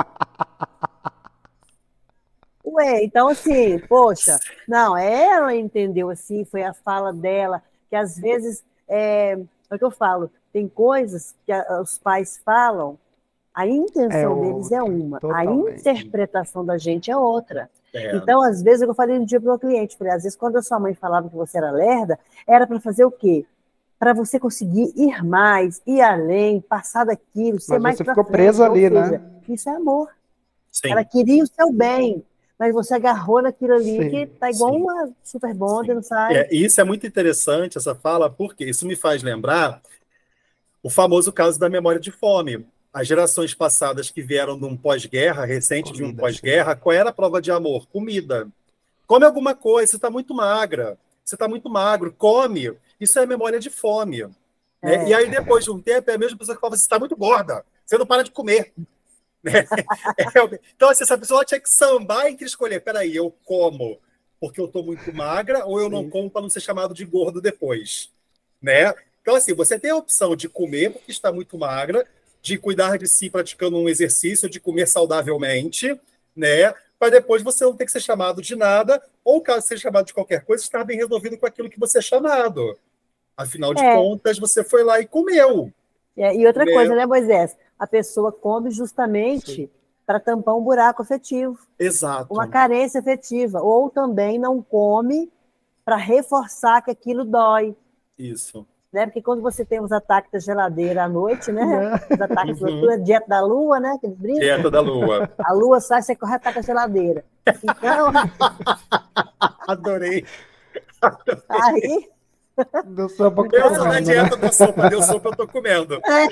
Ué, então assim, poxa, não, ela entendeu assim, foi a fala dela, que às vezes, é o que eu falo, tem coisas que os pais falam, a É intenção deles é outra, uma, a totalmente. interpretação da gente é outra. É. Então, às vezes, eu falei no dia para o meu cliente, falei, às vezes, quando a sua mãe falava que você era lerda, era para fazer o quê? Para você conseguir ir mais, ir além, passar daquilo, ser Mas mais você para ficou frente. presa Ou ali, seja, né? isso é amor. Ela Sim. queria o seu bem, mas você agarrou naquilo ali que Sim. tá igual Sim. uma super bonda, Sim. não sai. E isso é muito interessante, essa fala, porque isso me faz lembrar o famoso caso da memória de fome. As gerações passadas que vieram de um pós-guerra, recente de um Comida, sim. pós-guerra, qual era a prova de amor? Comida. Come alguma coisa, você está muito magra, você está muito magro, come. Isso é memória de fome. Né? E aí, depois de um tempo, é a mesma pessoa que fala, você está muito gorda, você não para de comer. Né? Então, assim, essa pessoa tinha que sambar entre escolher, peraí, eu como porque eu estou muito magra ou eu não Sim. como para não ser chamado de gordo depois. Né? Então, assim, você tem a opção de comer porque está muito magra, de cuidar de si praticando um exercício, de comer saudavelmente, né? Para depois você não ter que ser chamado de nada, ou caso seja chamado de qualquer coisa, estar bem resolvido com aquilo que você é chamado. Afinal de É, contas, você foi lá e comeu. e outra Né? coisa, né, Moisés? A pessoa come Sim. justamente para tampar um buraco afetivo, uma Exato. carência afetiva, ou também não come para reforçar que aquilo dói. Isso. Né? Porque quando você tem os ataques da geladeira à noite, né? Né? Os ataques da dieta da lua, né? Que eles brincam. Dieta da lua. A lua sai, você corre e ataca a geladeira. Então, Adorei. aí. Deu sopa que eu tô Eu sou da comendo, né? dieta da sopa. Deu sopa, eu tô comendo. É,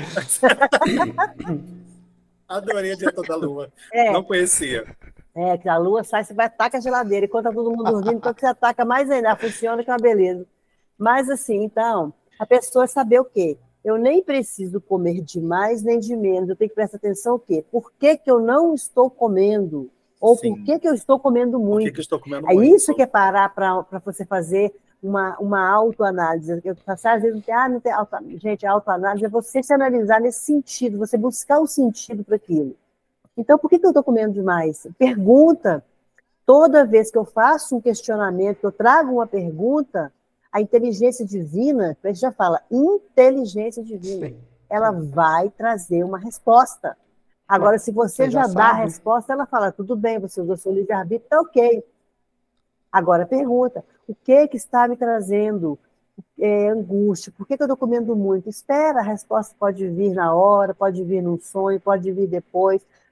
Adorei a dieta da lua. é, Não conhecia. que a lua sai, você vai atacar a geladeira. Enquanto tá todo mundo dormindo, então você ataca mais ainda. Funciona que é uma beleza. Mas assim, então, a pessoa é saber o quê? Eu nem preciso comer de mais nem de menos. Eu tenho que prestar atenção o quê? Por que que eu não estou comendo? Ou Sim. por que que eu estou comendo Por que muito? eu estou comendo É muito? isso que é parar para você fazer uma autoanálise. Eu faço, às vezes não tem gente, a autoanálise é você se analisar nesse sentido, você buscar o sentido para aquilo. Então, por que que eu estou comendo demais? Pergunta. Toda vez que eu faço um questionamento, que eu trago uma pergunta, a inteligência divina, a gente já fala, inteligência divina, Sim. ela vai trazer uma resposta. Agora, se você já já dá a sabe. resposta, ela fala, tudo bem, você usou seu livre-arbítrio, tá ok. Agora, pergunta, o que que está me trazendo angústia? Por que que eu estou comendo muito? Espera, a resposta pode vir na hora, pode vir num sonho, pode vir depois.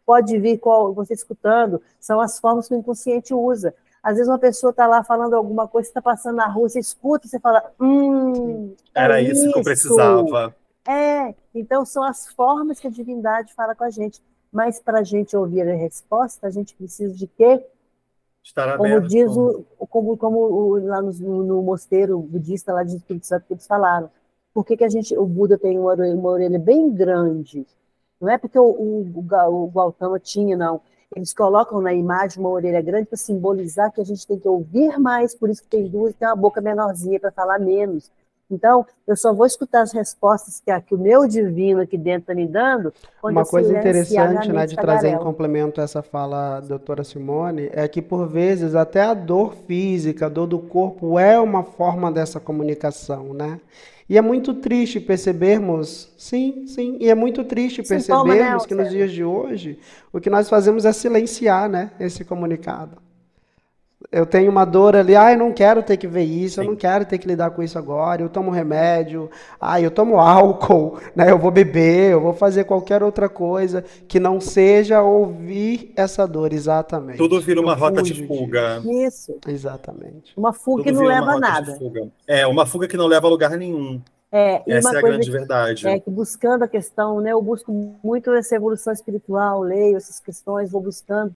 pode vir, você escutando, são as formas que o inconsciente usa. Às vezes uma pessoa está lá falando alguma coisa, você está passando na rua, você escuta, você fala, era isso que eu precisava. Então são as formas que a divindade fala com a gente. Mas para a gente ouvir a resposta, a gente precisa de quê? Estar como aberto. diz lá no mosteiro budista lá de Espírito Santo que eles falaram. Por que o Buda tem uma orelha bem grande? Não é porque o Gautama tinha, não. Eles colocam na imagem uma orelha grande para simbolizar que a gente tem que ouvir mais, por isso que tem duas e tem uma boca menorzinha para falar menos. Então, eu só vou escutar as respostas que o meu divino aqui dentro está me dando. Uma coisa interessante, né, de trazer em complemento essa fala da doutora Simone, é que, por vezes, até a dor física, a dor do corpo é uma forma dessa comunicação, né? E é muito triste percebermos, sim, e é muito triste percebermos que nos dias de hoje, o que nós fazemos é silenciar, né, esse comunicado. Eu tenho uma dor ali, eu não quero ter que ver isso, eu não quero ter que lidar com isso agora, eu tomo remédio, eu tomo álcool, né? Eu vou beber, eu vou fazer qualquer outra coisa que não seja ouvir essa dor, exatamente. Tudo vira uma rota de fuga. Isso. Exatamente. Uma fuga que não leva a nada. Uma fuga que não leva a lugar nenhum. Essa é a grande verdade. Que buscando a questão, né? Eu busco muito essa evolução espiritual, leio essas questões, vou buscando.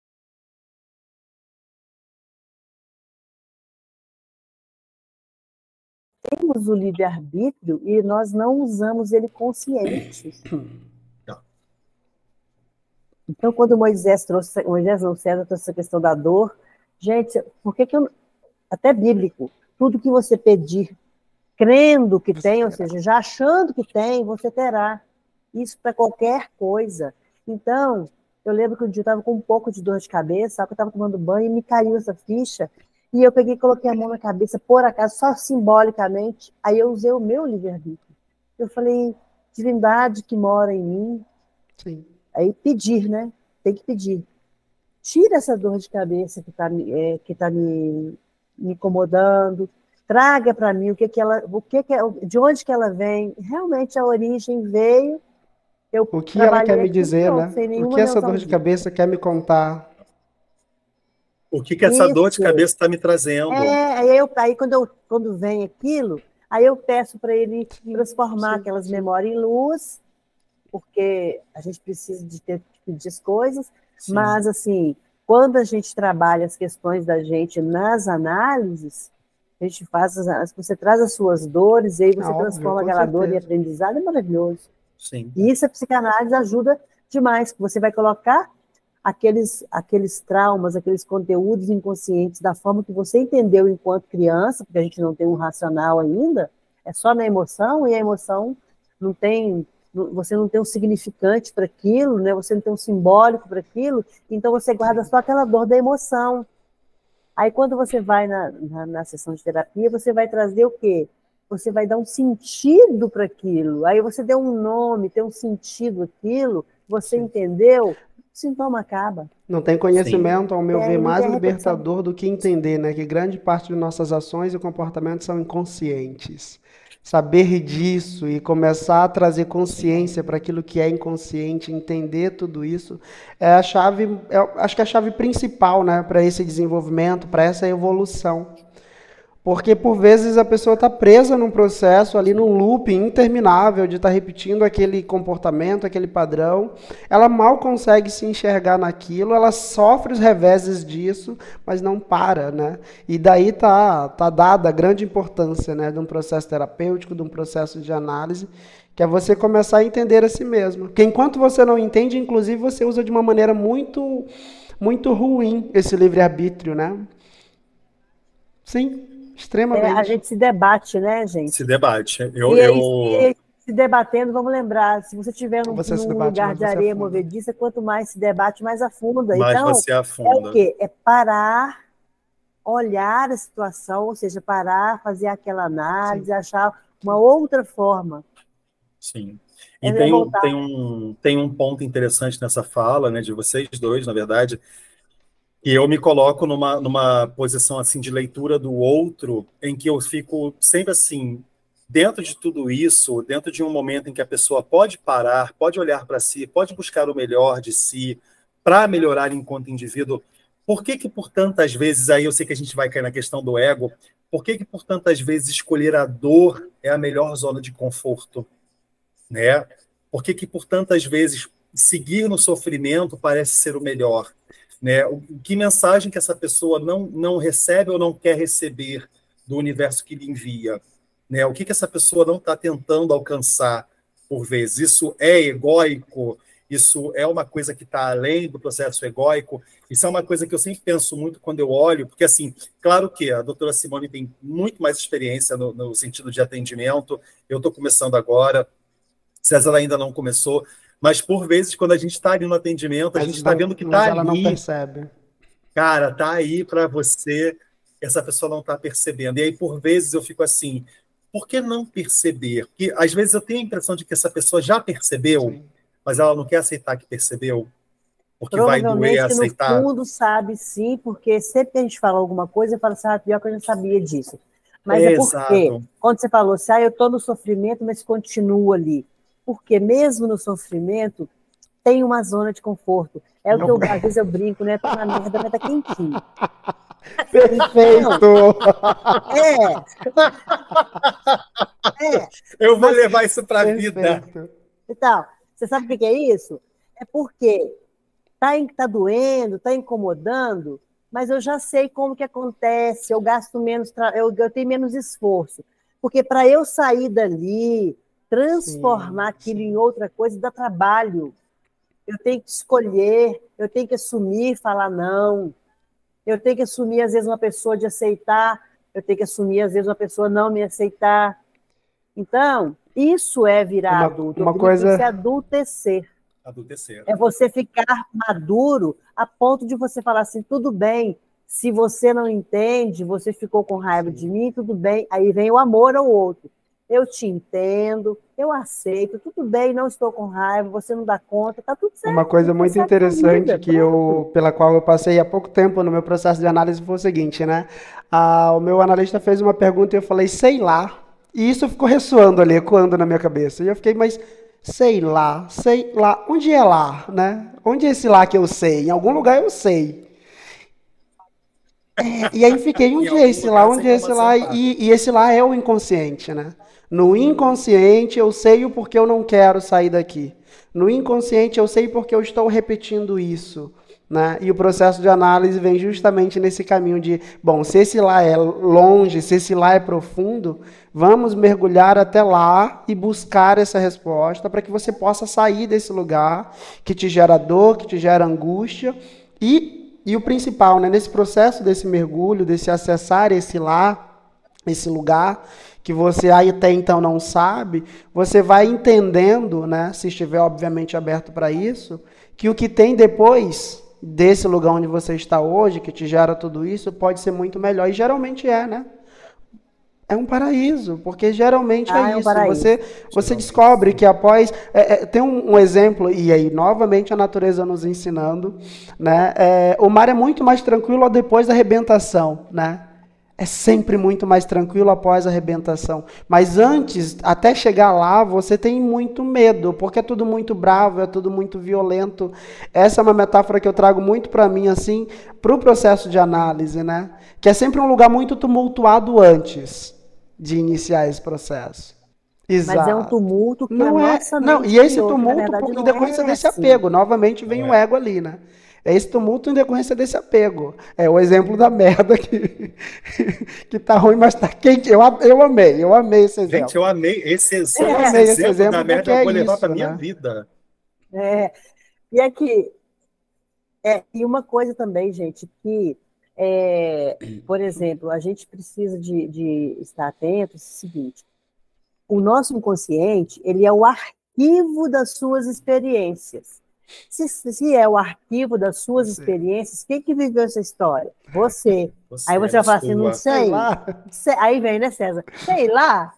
Temos o livre-arbítrio e nós não usamos ele consciente. Então, quando César trouxe essa questão da dor, gente, por que até bíblico, tudo que você pedir, crendo que tem, ou seja, já achando que tem, você terá. Isso para qualquer coisa. Então, eu lembro que um dia eu estava com um pouco de dor de cabeça, eu estava tomando banho e me caiu essa ficha. E eu peguei e coloquei a mão na cabeça, por acaso, só simbolicamente. Aí eu usei o meu livre-arbítrio. Eu falei, divindade que mora em mim. Sim. Aí pedir, né? Tem que pedir. Tira essa dor de cabeça que tá me incomodando. Traga para mim de onde que ela vem. Realmente a origem veio. O que ela quer me dizer, né? O que essa dor de cabeça quer me contar? O que essa dor de cabeça está me trazendo? Aí quando vem aquilo, aí eu peço para ele transformar aquelas memórias em luz, porque a gente precisa de pedir as coisas, mas assim, quando a gente trabalha as questões da gente nas análises, a gente você traz as suas dores e aí você transforma aquela dor em aprendizado, é maravilhoso. Sim. E isso a psicanálise ajuda demais, que você vai colocar aqueles traumas, aqueles conteúdos inconscientes da forma que você entendeu enquanto criança, porque a gente não tem um racional ainda, é só na emoção, e a emoção você não tem um significante para aquilo, né? Você não tem um simbólico para aquilo, então você guarda só aquela dor da emoção. Aí quando você vai na sessão de terapia, você vai trazer o quê? Você vai dar um sentido para aquilo, aí você deu um nome, tem um sentido aquilo, você entendeu? O sintoma acaba. Não tem conhecimento, ao meu ver, mais libertador do que entender, né? Que grande parte de nossas ações e comportamentos são inconscientes. Saber disso e começar a trazer consciência para aquilo que é inconsciente, entender tudo isso, é a chave, acho que é a chave principal, né, para esse desenvolvimento, para essa evolução. Porque, por vezes, a pessoa está presa num processo, ali num loop interminável de estar repetindo aquele comportamento, aquele padrão. Ela mal consegue se enxergar naquilo, ela sofre os reveses disso, mas não para, né? E daí tá dada a grande importância, né, de um processo terapêutico, de um processo de análise, que é você começar a entender a si mesmo. Porque enquanto você não entende, inclusive, você usa de uma maneira muito, muito ruim esse livre-arbítrio, né? Sim. Extremamente. A gente se debate, né, gente? Se debate. E se debatendo, vamos lembrar, se você estiver num lugar de areia movediça, quanto mais se debate, mais afunda. Mais então, você afunda. É o quê? É parar, olhar a situação, ou seja, parar, fazer aquela análise, achar uma outra forma. Sim. E tem um ponto interessante nessa fala, né, de vocês dois, na verdade. E eu me coloco numa posição assim de leitura do outro, em que eu fico sempre assim, dentro de tudo isso, dentro de um momento em que a pessoa pode parar, pode olhar para si, pode buscar o melhor de si para melhorar enquanto indivíduo, por que que por tantas vezes, aí eu sei que a gente vai cair na questão do ego, por que que por tantas vezes escolher a dor é a melhor zona de conforto, né? Por que que por tantas vezes seguir no sofrimento parece ser o melhor, né? Que mensagem que essa pessoa não recebe ou não quer receber do universo que lhe envia, né? O que que essa pessoa não está tentando alcançar por vezes? Isso é egóico? Isso é uma coisa que está além do processo egóico? Isso é uma coisa que eu sempre penso muito quando eu olho, porque, assim, claro que a doutora Simone tem muito mais experiência no sentido de atendimento, eu estou começando agora, César ainda não começou, mas, por vezes, quando a gente está ali no atendimento, a gente está vendo que Mas está ela não ali, percebe. cara, está aí para você, essa pessoa não está percebendo. E aí, por vezes, eu fico assim, por que não perceber? Porque, às vezes, eu tenho a impressão de que essa pessoa já percebeu, Sim. mas ela não quer aceitar que percebeu, porque vai doer Provavelmente, no aceitar. fundo, sabe sim, porque sempre que a gente fala alguma coisa, eu falo assim, pior que eu já sabia disso. Mas é porque, Exato. quando você falou assim, eu estou no sofrimento, mas continuo ali. Porque mesmo no sofrimento, tem uma zona de conforto. É o que eu, às vezes eu brinco, né? Tô na merda, mas tá quentinho. Perfeito! É, Eu vou mas levar isso para a vida. Perfeito. então, você sabe o que é isso? É porque tá doendo, tá incomodando, mas eu já sei como que acontece, eu gasto menos, eu tenho menos esforço. Porque para eu sair dali, transformar aquilo em outra coisa, dá trabalho. Eu tenho que escolher, eu tenho que assumir, falar não. Eu tenho que assumir, às vezes, uma pessoa de aceitar, eu tenho que assumir, às vezes, uma pessoa não me aceitar. Então, isso é virar adulto. Eu Uma brinco, isso é coisa, adultecer. Adultecer. É você ficar maduro a ponto de você falar assim, tudo bem, se você não entende, você ficou com raiva de mim, tudo bem, aí vem o amor ao outro. Eu te entendo, eu aceito, tudo bem, não estou com raiva, você não dá conta, tá tudo uma certo, coisa muito segue sua interessante vida, que pronto. pela qual eu passei há pouco tempo no meu processo de análise foi o seguinte, né? O meu analista fez uma pergunta e eu falei, sei lá. E isso ficou ressoando ali, ecoando na minha cabeça. E eu fiquei, mas sei lá. Onde é lá, né? Onde é esse lá que eu sei? Em algum lugar eu sei. E aí fiquei, Em onde é algum esse lá? lugar sem Onde é como esse lá? assentar. E esse lá é o inconsciente, né? No inconsciente eu sei o porquê eu não quero sair daqui. No inconsciente eu sei porque eu estou repetindo isso. Né? E o processo de análise vem justamente nesse caminho de, bom, se esse lá é longe, se esse lá é profundo, vamos mergulhar até lá e buscar essa resposta para que você possa sair desse lugar que te gera dor, que te gera angústia e o principal, né, nesse processo desse mergulho, desse acessar esse lugar que você até então não sabe, você vai entendendo, né, se estiver obviamente aberto para isso, que o que tem depois desse lugar onde você está hoje, que te gera tudo isso, pode ser muito melhor. E geralmente é, né? É um paraíso, porque geralmente é Ah, é um isso. paraíso. Você Geralmente, descobre sim. que após. Tem um exemplo, e aí, novamente, a natureza nos ensinando, né? O mar é muito mais tranquilo depois da arrebentação, né? É sempre muito mais tranquilo após a arrebentação. Mas antes, até chegar lá, você tem muito medo, porque é tudo muito bravo, é tudo muito violento. Essa é uma metáfora que eu trago muito para mim, assim, para o processo de análise, né? Que é sempre um lugar muito tumultuado antes de iniciar esse processo. Mas é um Exato. tumulto que a Não é, nossa não, e mente esse criou, que na tumulto verdade em não decorrência é desse assim. apego, novamente vem Não o é. ego ali, né? É esse tumulto em decorrência desse apego. É o exemplo da merda que tá ruim, mas tá quente. Eu amei esse Gente, exemplo. eu amei esse, só Eu esse amei esse exemplo da exemplo merda porque eu é vou levar para isso, minha né? vida. É, e aqui, e uma coisa também, gente, que, por exemplo, a gente precisa de estar atento, é o seguinte, o nosso inconsciente, ele é o arquivo das suas experiências. Se é o arquivo das suas Você. experiências, quem que viveu essa história? Você. Aí Você é você a vai falar assim, não sua. Sei sei. lá. Aí vem, né, César? Sei lá.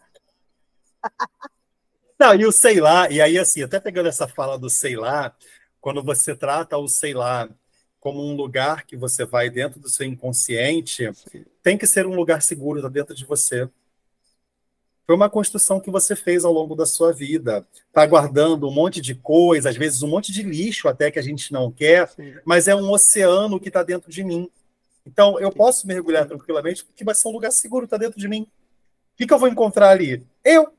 Não, e o sei lá, e aí assim, até pegando essa fala do sei lá, quando você trata o sei lá como um lugar que você vai dentro do seu inconsciente, Sim. tem que ser um lugar seguro, tá dentro de você. Foi uma construção que você fez ao longo da sua vida. Está guardando um monte de coisa, às vezes um monte de lixo até que a gente não quer, Sim. mas é um oceano que está dentro de mim. Então, eu posso mergulhar tranquilamente porque vai ser um lugar seguro, está dentro de mim. O que eu vou encontrar ali? Eu.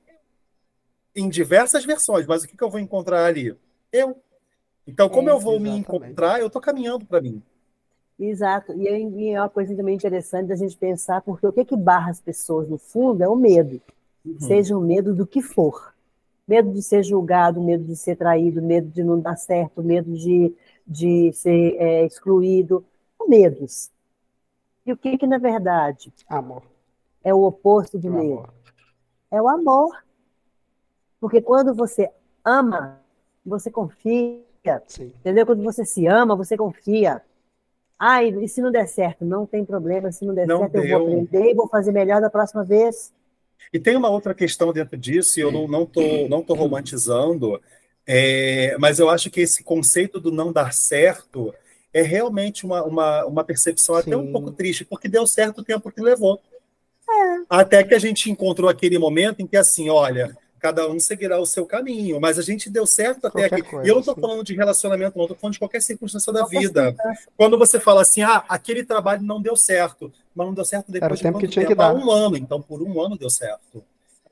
Em diversas versões, mas o que eu vou encontrar ali? Eu. Então, como eu vou me Exatamente. encontrar, eu estou caminhando para mim. Exato. E é uma coisa também interessante da gente pensar, porque o que barra as pessoas, no fundo, é o medo. Seja o medo do que for. Medo de ser julgado, medo de ser traído, medo de não dar certo, medo de ser excluído. São medos. E o que na verdade, Amor. é o oposto do O medo? amor. É o amor. Porque quando você ama, você confia. Sim. Entendeu? Quando você se ama, você confia. Ah, e se não der certo? Não tem problema. Se não der Não certo, eu vou deu. aprender e vou fazer melhor da próxima vez. E tem uma outra questão dentro disso, e eu não tô romantizando, mas eu acho que esse conceito do não dar certo é realmente uma percepção até um pouco Sim. triste, porque deu certo o tempo que levou. Até que a gente encontrou aquele momento em que, assim, olha, cada um seguirá o seu caminho, mas a gente deu certo até Qualquer aqui. coisa, E eu não estou sim. falando de relacionamento, não, estou falando de qualquer circunstância da Qualquer vida. circunstância. Quando você fala assim, aquele trabalho não deu certo, mas não deu certo Era o depois de tempo que quanto tinha que tempo? Há dar. 1 ano, então por 1 ano deu certo.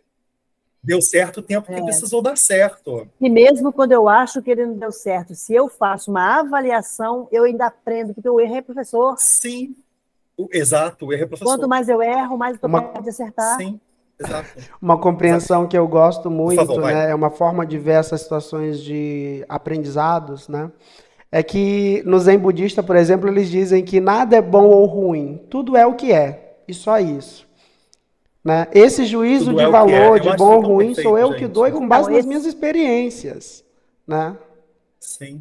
Deu certo o tempo que É. precisou dar certo. E mesmo quando eu acho que ele não deu certo, se eu faço uma avaliação, eu ainda aprendo, porque o erro é professor. Sim, exato, o erro é Quanto professor. mais eu erro, mais eu estou Uma, perto de acertar. Sim, exato. uma Exato. compreensão que eu gosto Por favor, muito, vai. né? É uma forma de ver essas situações de aprendizados, né? É que no Zen budista, por exemplo, eles dizem que nada é bom ou ruim, tudo é o que é, e só isso. Né? Esse juízo Tudo de é o que é. valor, Eu de acho bom isso ou tão ruim, sou perfeito, eu que dou gente. e com Então, base nas minhas experiências. Né? Sim,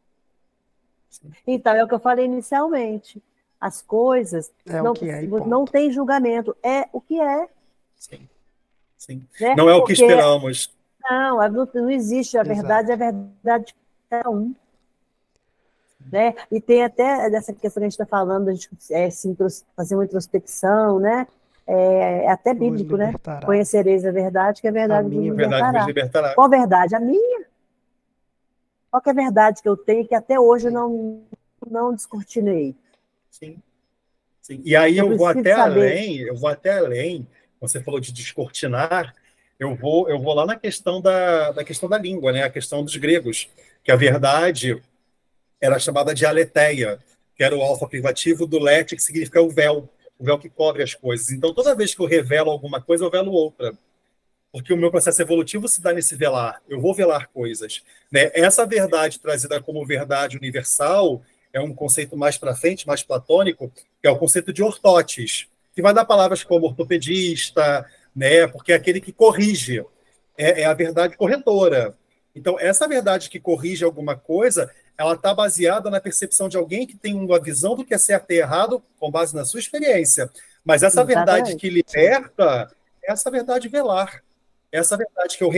sim, então, é o que eu falei inicialmente. As coisas É o não, que é e não ponto. tem julgamento, é o que é. sim, sim. Né? Não é o que Porque esperamos. não existe a verdade, Exato. é a verdade de cada um. Né? E tem até dessa questão que a gente está falando, a gente fazer uma introspecção, né? É até Vos bíblico, né? libertará. Conhecereis a verdade, que a A verdade vos minha A verdade vos libertará. libertará. Qual verdade? A minha? Qual que é a verdade que eu tenho que até hoje eu não descortinei? Sim, sim. E aí Eu preciso saber. eu vou até além. Você falou de descortinar, eu vou lá na questão da questão da língua, né? A questão dos gregos, que a verdade era chamada de aletheia, que era o alfa privativo do lete, que significa o véu que cobre as coisas. Então, toda vez que eu revelo alguma coisa, eu velo outra. Porque o meu processo evolutivo se dá nesse velar. Eu vou velar coisas. Né? Essa verdade trazida como verdade universal é um conceito mais para frente, mais platônico, que é o conceito de ortotes, que vai dar palavras como ortopedista, né? Porque é aquele que corrige. É a verdade corretora. Então, essa verdade que corrige alguma coisa, ela está baseada na percepção de alguém que tem uma visão do que é certo e errado com base na sua experiência. Mas essa verdade Exatamente. que liberta é essa verdade velar. Essa verdade que eu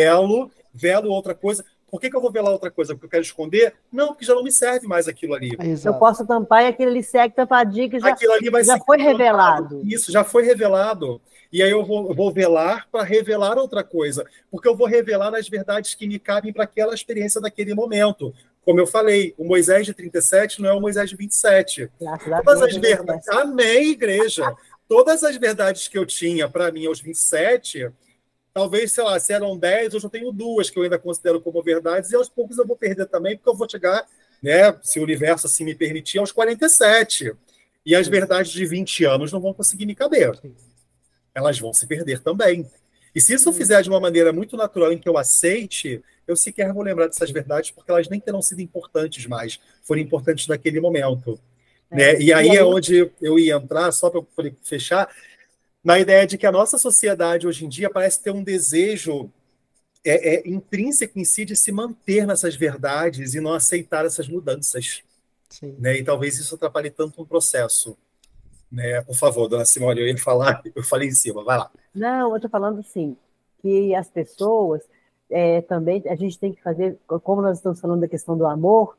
velo outra coisa. Por que eu vou velar outra coisa? Porque eu quero esconder? Não, porque já não me serve mais aquilo ali. Eu Exato. posso tampar e aquele ali segue tampadinho que Aquilo ali vai já ser foi tampado. revelado. Isso já foi revelado. E aí eu vou velar para revelar outra coisa. Porque eu vou revelar as verdades que me cabem para aquela experiência daquele momento. Como eu falei, o Moisés de 37 não é o Moisés de 27. Graças a Todas Deus, as verdades. Amém, igreja. Todas as verdades que eu tinha para mim aos 27, talvez, sei lá, se eram 10, hoje eu tenho 2 que eu ainda considero como verdades, e aos poucos eu vou perder também, porque eu vou chegar, né, se o universo assim me permitir, aos 47. E as verdades de 20 anos não vão conseguir me caber. Elas vão se perder também. E se isso eu fizer de uma maneira muito natural em que eu aceite, eu sequer vou lembrar dessas verdades, porque elas nem terão sido importantes mais. Foram importantes naquele momento. Né? E aí é onde eu ia entrar, só para fechar, na ideia de que a nossa sociedade hoje em dia parece ter um desejo intrínseco em si de se manter nessas verdades e não aceitar essas mudanças. Sim. Né? E talvez isso atrapalhe tanto um processo. Né? Por favor, dona Simone, eu ia falar, eu falei em cima, vai lá. Não, eu estou falando assim, que as pessoas também, a gente tem que fazer, como nós estamos falando da questão do amor,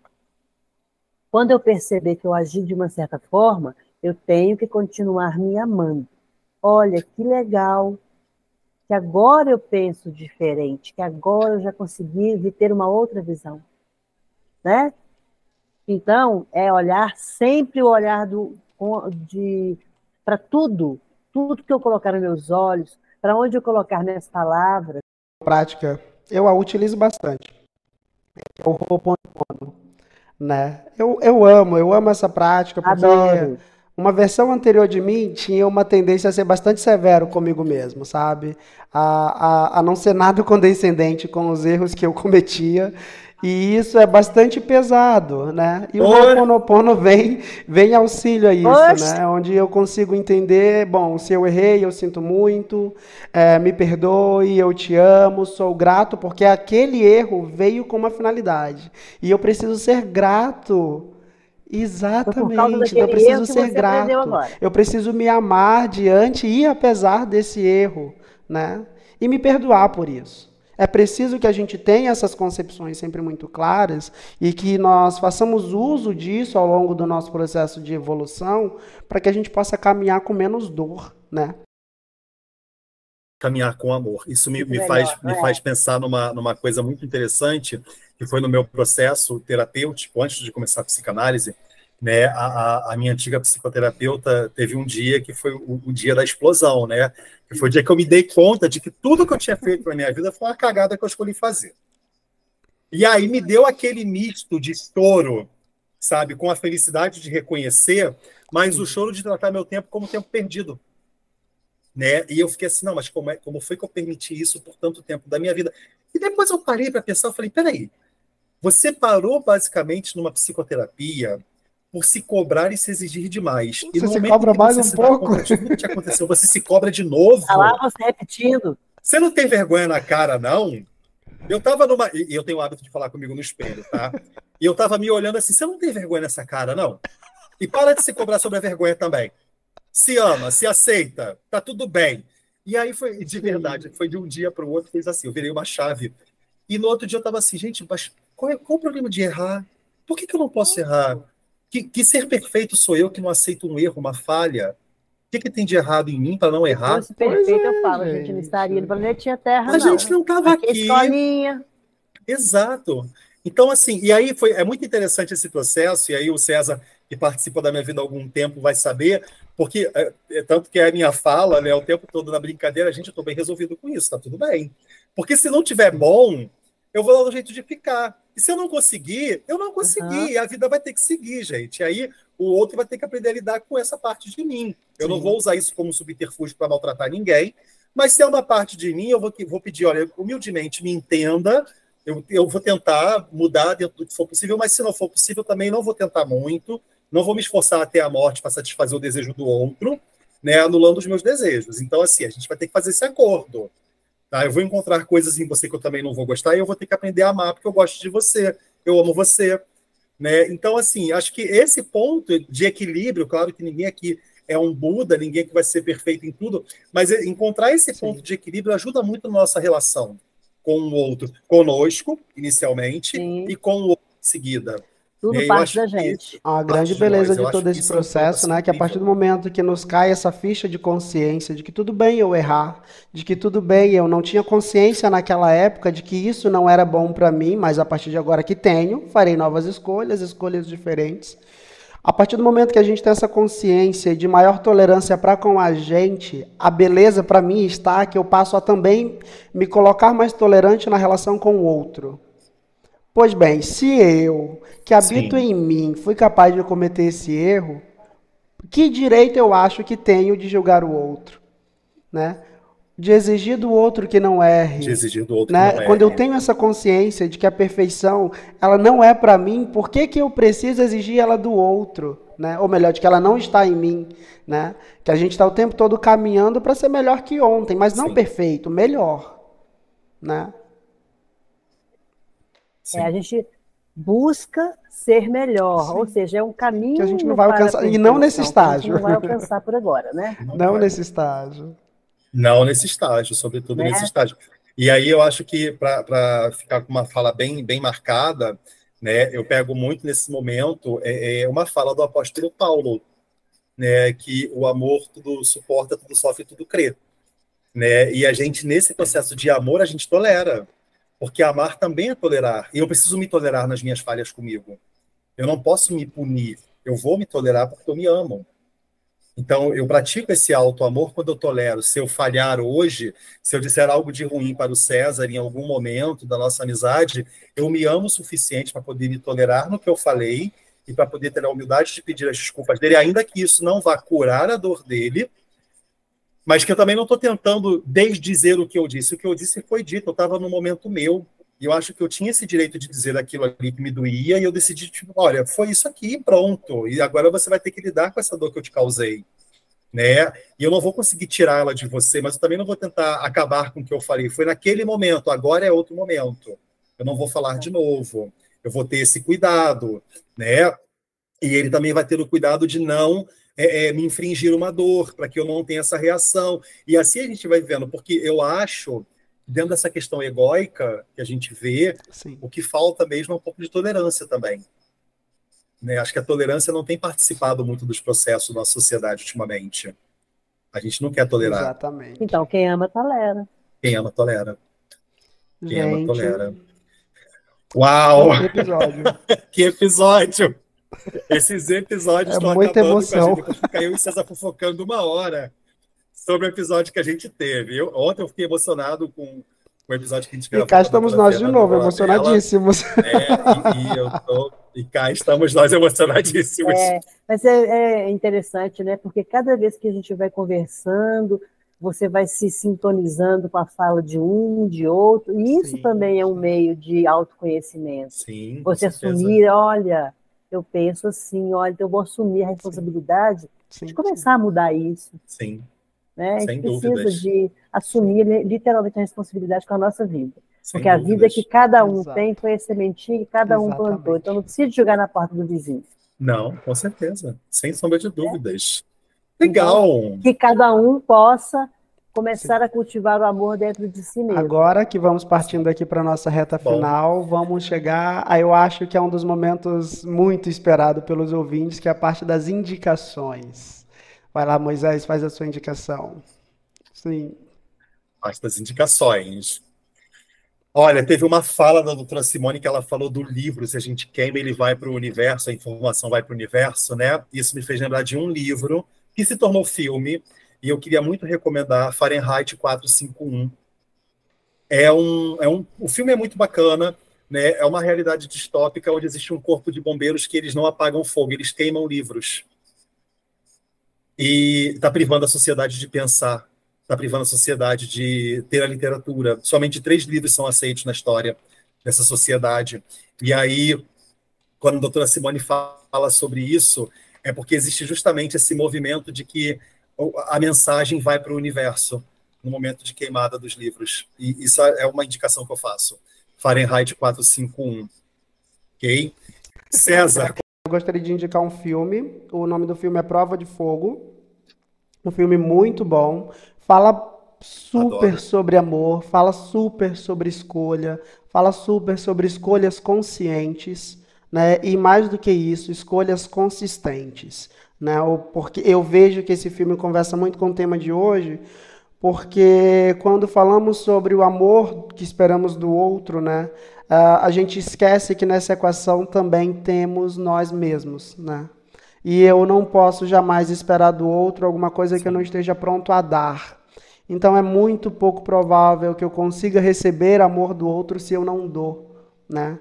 quando eu perceber que eu agi de uma certa forma, eu tenho que continuar me amando. Olha, que legal que agora eu penso diferente, que agora eu já consegui ter uma outra visão, né? Então, é olhar sempre o olhar para tudo que eu colocar nos meus olhos, para onde eu colocar minhas palavras. Prática, eu a utilizo bastante. É o Ho'oponopono, né? Eu amo essa prática, porque Adoro. uma versão anterior de mim tinha uma tendência a ser bastante severo comigo mesmo, sabe? A não ser nada condescendente com os erros que eu cometia. E isso é bastante pesado, né? E o Ho'oponopono vem auxílio a isso, Oxe! né? Onde eu consigo entender, bom, se eu errei, eu sinto muito, me perdoe, eu te amo, sou grato, porque aquele erro veio com uma finalidade. E eu preciso ser grato. Foi por causa Exatamente, eu daquele erro preciso que ser você aprendeu grato. agora. Eu preciso me amar diante e apesar desse erro, né? E me perdoar por isso. É preciso que a gente tenha essas concepções sempre muito claras e que nós façamos uso disso ao longo do nosso processo de evolução para que a gente possa caminhar com menos dor, né? Caminhar com amor. Isso Muito me melhor, não me é? faz pensar numa coisa muito interessante, que foi no meu processo terapêutico, antes de começar a psicanálise, né? A minha antiga psicoterapeuta teve um dia que foi o dia da explosão, né? Que foi o dia que eu me dei conta de que tudo que eu tinha feito na minha vida foi uma cagada que eu escolhi fazer. E aí me deu aquele misto de choro, sabe? Com a felicidade de reconhecer, mas o choro de tratar meu tempo como tempo perdido. Né? E eu fiquei assim, não, mas como foi que eu permiti isso por tanto tempo da minha vida? E depois eu parei para pensar, eu falei, peraí, você parou basicamente numa psicoterapia por se cobrar e se exigir demais. E Você no se momento em cobra que mais você um se dá pouco? conta de tudo que te aconteceu, você se cobra de Tá lá novo. você repetindo. Você não tem vergonha na cara, não? Eu tava numa. E eu tenho o hábito de falar comigo no espelho, tá? E eu tava me olhando assim, você não tem vergonha nessa cara, não? E para de se cobrar sobre a vergonha também. Se ama, se aceita, tá tudo bem. E aí foi de Sim. verdade, foi de um dia para o outro, fez assim, eu virei uma chave. E no outro dia eu estava assim, gente, mas qual o problema de errar? Por que eu não posso errar? Que ser perfeito sou eu que não aceito um erro, uma falha? O que tem de errado em mim para não Se errar? fosse Pois perfeito, eu é, falo, a gente não estaria no gente. planetinha Terra, A gente não. não estava Aqui é aqui. escolinha. Exato. Então, assim, e aí é muito interessante esse processo, e aí o César, que participa da minha vida há algum tempo, vai saber, porque tanto que é a minha fala, né, o tempo todo na brincadeira, gente, eu estou bem resolvido com isso, tá tudo bem. Porque se não tiver bom, eu vou dar um jeito de ficar. E se eu não conseguir, eu não consegui, Uhum. e a vida vai ter que seguir, gente. E aí o outro vai ter que aprender a lidar com essa parte de mim. Eu não vou Sim. usar isso como subterfúgio para maltratar ninguém, mas se é uma parte de mim, eu vou pedir, olha, humildemente, me entenda. Eu vou tentar mudar dentro do que for possível, mas se não for possível, também não vou tentar muito, não vou me esforçar até a morte para satisfazer o desejo do outro, né, anulando os meus desejos. Então, assim, a gente vai ter que fazer esse acordo. Tá? Eu vou encontrar coisas em você que eu também não vou gostar e eu vou ter que aprender a amar porque eu gosto de você, eu amo você. Né? Então, assim, acho que esse ponto de equilíbrio, claro que ninguém aqui é um Buda, ninguém que vai ser perfeito em tudo, mas encontrar esse ponto Sim. de equilíbrio ajuda muito na nossa relação com o outro, conosco, inicialmente, e Sim, com o outro em seguida. tudo Né? Eu parte acho da que gente. A grande parte de beleza nós. de Eu acho todo que esse isso é um ponto processo, assim, né, que a partir incrível. do momento que nos cai essa ficha de consciência de que tudo bem eu errar, de que tudo bem eu não tinha consciência naquela época de que isso não era bom para mim, mas a partir de agora que tenho, farei novas escolhas, escolhas diferentes. A partir do momento que a gente tem essa consciência de maior tolerância para com a gente, a beleza para mim está que eu passo a também me colocar mais tolerante na relação com o outro. Pois bem, se eu, que habito Sim. em mim, fui capaz de cometer esse erro, que direito eu acho que tenho de julgar o outro, né? De exigir do outro que não De erre, exigir do outro que né? não Quando eu erre. tenho essa consciência de que a perfeição, ela não é para mim, por que que eu preciso exigir ela do outro, né? Ou melhor, de que ela não está em mim, né? Que a gente está o tempo todo caminhando para ser melhor que ontem, mas não Sim, perfeito, melhor, né? A sim. gente busca ser melhor, ou Sim. seja, é um Que a gente não caminho vai para a alcançar, e não nesse perfeição, que a gente estágio, não vai alcançar por agora, né? Não não vai. nesse estágio. Não nesse estágio, sobretudo nesse Né? estágio. E aí eu acho que, para ficar com uma fala bem marcada, né, eu pego muito nesse momento uma fala do apóstolo Paulo, né, que o amor tudo suporta, tudo sofre, tudo crê. né? E a gente, nesse processo de amor, a gente tolera, porque amar também é tolerar. E eu preciso me tolerar nas minhas falhas comigo. Eu não posso me punir. Eu vou me tolerar porque eu me amo. Então, eu pratico esse auto-amor quando eu tolero. Se eu falhar hoje, se eu disser algo de ruim para o César em algum momento da nossa amizade, eu me amo o suficiente para poder me tolerar no que eu falei e para poder ter a humildade de pedir as desculpas dele, ainda que isso não vá curar a dor dele, mas que eu também não estou tentando desdizer o que eu disse. O que eu disse foi dito, eu estava no momento meu, e eu acho que eu tinha esse direito de dizer aquilo ali que me doía, e eu decidi, tipo, olha, foi isso aqui, pronto, e agora você vai ter que lidar com essa dor que eu te causei, né? E eu não vou conseguir tirá-la de você, mas eu também não vou tentar acabar com o que eu falei. Foi naquele momento, agora é outro momento. Eu não vou falar de novo. Eu vou ter esse cuidado, né? E ele também vai ter o cuidado de não me infringir uma dor, para que eu não tenha essa reação. E assim a gente vai vendo, porque eu acho, dentro dessa questão egóica que a gente vê, Sim. o que falta mesmo é um pouco de tolerância também. Né? Acho que a tolerância não tem participado muito dos processos da sociedade ultimamente. A gente não quer tolerar. Exatamente. Então, quem ama, tolera. Quem ama, tolera. Quem ama, Gente, tolera. Uau! que episódio. Que episódio! Esses episódios É estão muita acabando emoção. com a gente. Depois fica eu e César fofocando 1 hora sobre o episódio que a gente teve. Ontem eu fiquei emocionado com o episódio que a gente E gravou. cá estamos nós de novo, Dela, emocionadíssimos. e cá estamos nós emocionadíssimos. Mas é interessante, né? Porque cada vez que a gente vai conversando, você vai se sintonizando com a fala de um, de outro, e isso Sim, também é um meio de autoconhecimento. Sim, com Você certeza. assumir, olha, eu penso assim, olha, então eu vou assumir a responsabilidade Sim, de começar a mudar isso. Sim, Né? A sem gente precisa dúvidas. de assumir literalmente a responsabilidade com a nossa vida. Sem Porque a vida dúvidas. que cada um Exato. tem foi a sementinha que cada um plantou. Exatamente. Então não precisa jogar na porta do vizinho. Não, com certeza. Sem sombra de dúvidas. Legal! Então, que cada um possa começar a cultivar o amor dentro de si mesmo. Agora que vamos partindo aqui para a nossa reta final, vamos chegar a, eu acho que é um dos momentos muito esperado pelos ouvintes, que é a parte das indicações. Vai lá, Moisés, faz a sua indicação. Sim. Parte das indicações. Olha, teve uma fala da doutora Simone que ela falou do livro, se a gente queima, ele vai para o universo, a informação vai para o universo, né? Isso me fez lembrar de um livro que se tornou filme, e eu queria muito recomendar, Fahrenheit 451. O filme é muito bacana, né? É uma realidade distópica onde existe um corpo de bombeiros que eles não apagam fogo, eles queimam livros. E está privando a sociedade de pensar, está privando a sociedade de ter a literatura. Somente 3 livros são aceitos na história dessa sociedade. E aí, quando a doutora Simone fala sobre isso, é porque existe justamente esse movimento de que a mensagem vai para o universo no momento de queimada dos livros. E isso é uma indicação que eu faço. Fahrenheit 451. Ok? César. Eu gostaria de indicar um filme. O nome do filme é Prova de Fogo. Um filme muito bom. Fala super Adoro. sobre amor, fala super sobre escolha, fala super sobre escolhas conscientes, né? E mais do que isso, escolhas consistentes, né? Porque eu vejo que esse filme conversa muito com o tema de hoje, porque quando falamos sobre o amor que esperamos do outro, né? A gente esquece que nessa equação também temos nós mesmos, né? E eu não posso jamais esperar do outro alguma coisa que eu não esteja pronto a dar. Então é muito pouco provável que eu consiga receber amor do outro se eu não dou, né?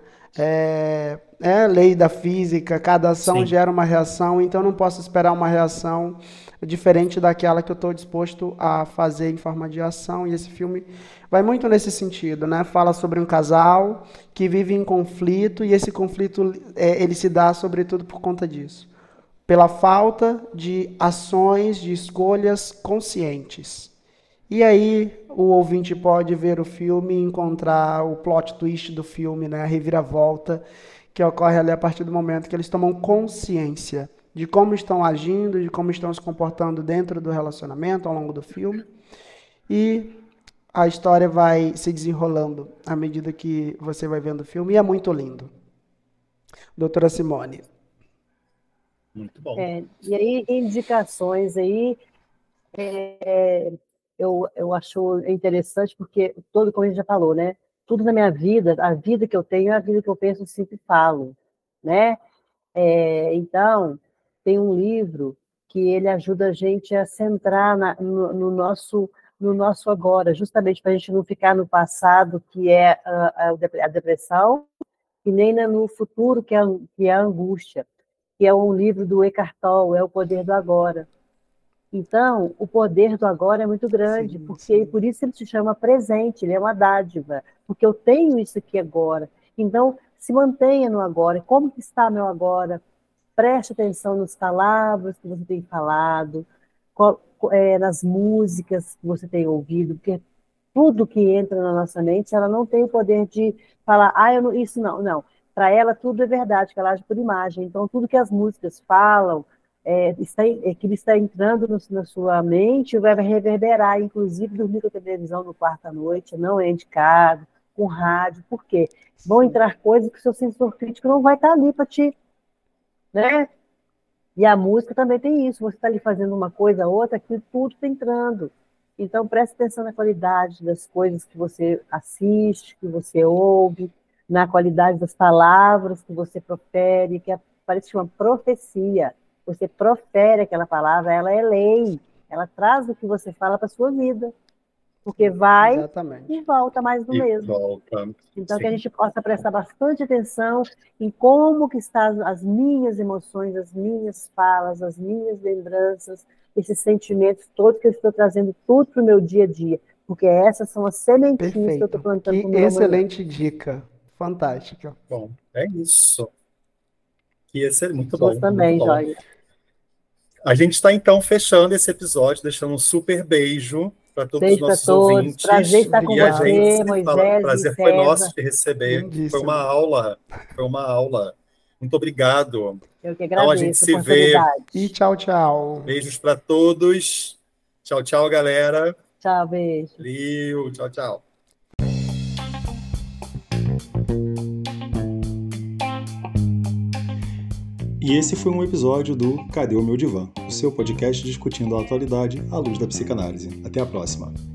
É a lei da física, cada ação Sim. gera uma reação, então eu não posso esperar uma reação diferente daquela que eu estou disposto a fazer em forma de ação, e esse filme vai muito nesse sentido, né? Fala sobre um casal que vive em conflito, e esse conflito ele se dá sobretudo por conta disso. Pela falta de ações, de escolhas conscientes. E aí o ouvinte pode ver o filme e encontrar o plot twist do filme, né? A reviravolta que ocorre ali a partir do momento que eles tomam consciência de como estão agindo, de como estão se comportando dentro do relacionamento ao longo do filme. E a história vai se desenrolando à medida que você vai vendo o filme, e é muito lindo. Doutora Simone. Muito bom. E aí, indicações aí, eu acho interessante porque, como a gente já falou, né? Tudo na minha vida, a vida que eu tenho é a vida que eu penso e sempre falo, né? Então, tem um livro que ele ajuda a gente a centrar no nosso agora, justamente para a gente não ficar no passado, que é a depressão, e nem no futuro, que é a angústia, que é um livro do Eckhart Tolle, é O Poder do Agora. Então, o poder do agora é muito grande, por isso ele se chama presente, ele é uma dádiva, porque eu tenho isso aqui agora. Então, se mantenha no agora. Como que está meu agora? Preste atenção nas palavras que você tem falado, nas músicas que você tem ouvido, porque tudo que entra na nossa mente, ela não tem o poder de falar, isso não. Para ela, tudo é verdade, porque ela age por imagem. Então, tudo que as músicas falam, que ele está entrando na sua mente, vai reverberar, inclusive dormir com a televisão no quarto à noite, não é indicado, com rádio, por quê? Vão entrar coisas que o seu sensor crítico não vai estar ali para te... né? E a música também tem isso, você está ali fazendo uma coisa, outra, que tudo está entrando. Então, preste atenção na qualidade das coisas que você assiste, que você ouve, na qualidade das palavras que você profere, que parece uma profecia. Você profere aquela palavra, ela é lei, ela traz o que você fala para a sua vida, porque vai Exatamente. e volta mais do mesmo. Volta. Então, Sim. que a gente possa prestar bastante atenção em como que estão as minhas emoções, as minhas falas, as minhas lembranças, esses sentimentos todos que eu estou trazendo tudo para o meu dia a dia, porque essas são as sementinhas que eu estou plantando Que para o meu excelente dica. Fantástica. Bom, é isso. Que excelente, muito Suas bom. também, muito bom. Joia. A gente está, então, fechando esse episódio, deixando um super beijo para todos os Beijo para nossos todos. ouvintes. Prazer estar com E a Obrigado. você, gente Moisés prazer e foi César. nosso te receber. Lindíssimo. Foi uma aula. Foi uma aula. Muito obrigado. Eu que Então, a gente agradeço a se vê. oportunidade. E tchau, tchau. Beijos para todos. Tchau, tchau, galera. Tchau, beijo. Valeu. Tchau, tchau. E esse foi um episódio do Cadê o Meu Divã? O seu podcast discutindo a atualidade à luz da psicanálise. Até a próxima.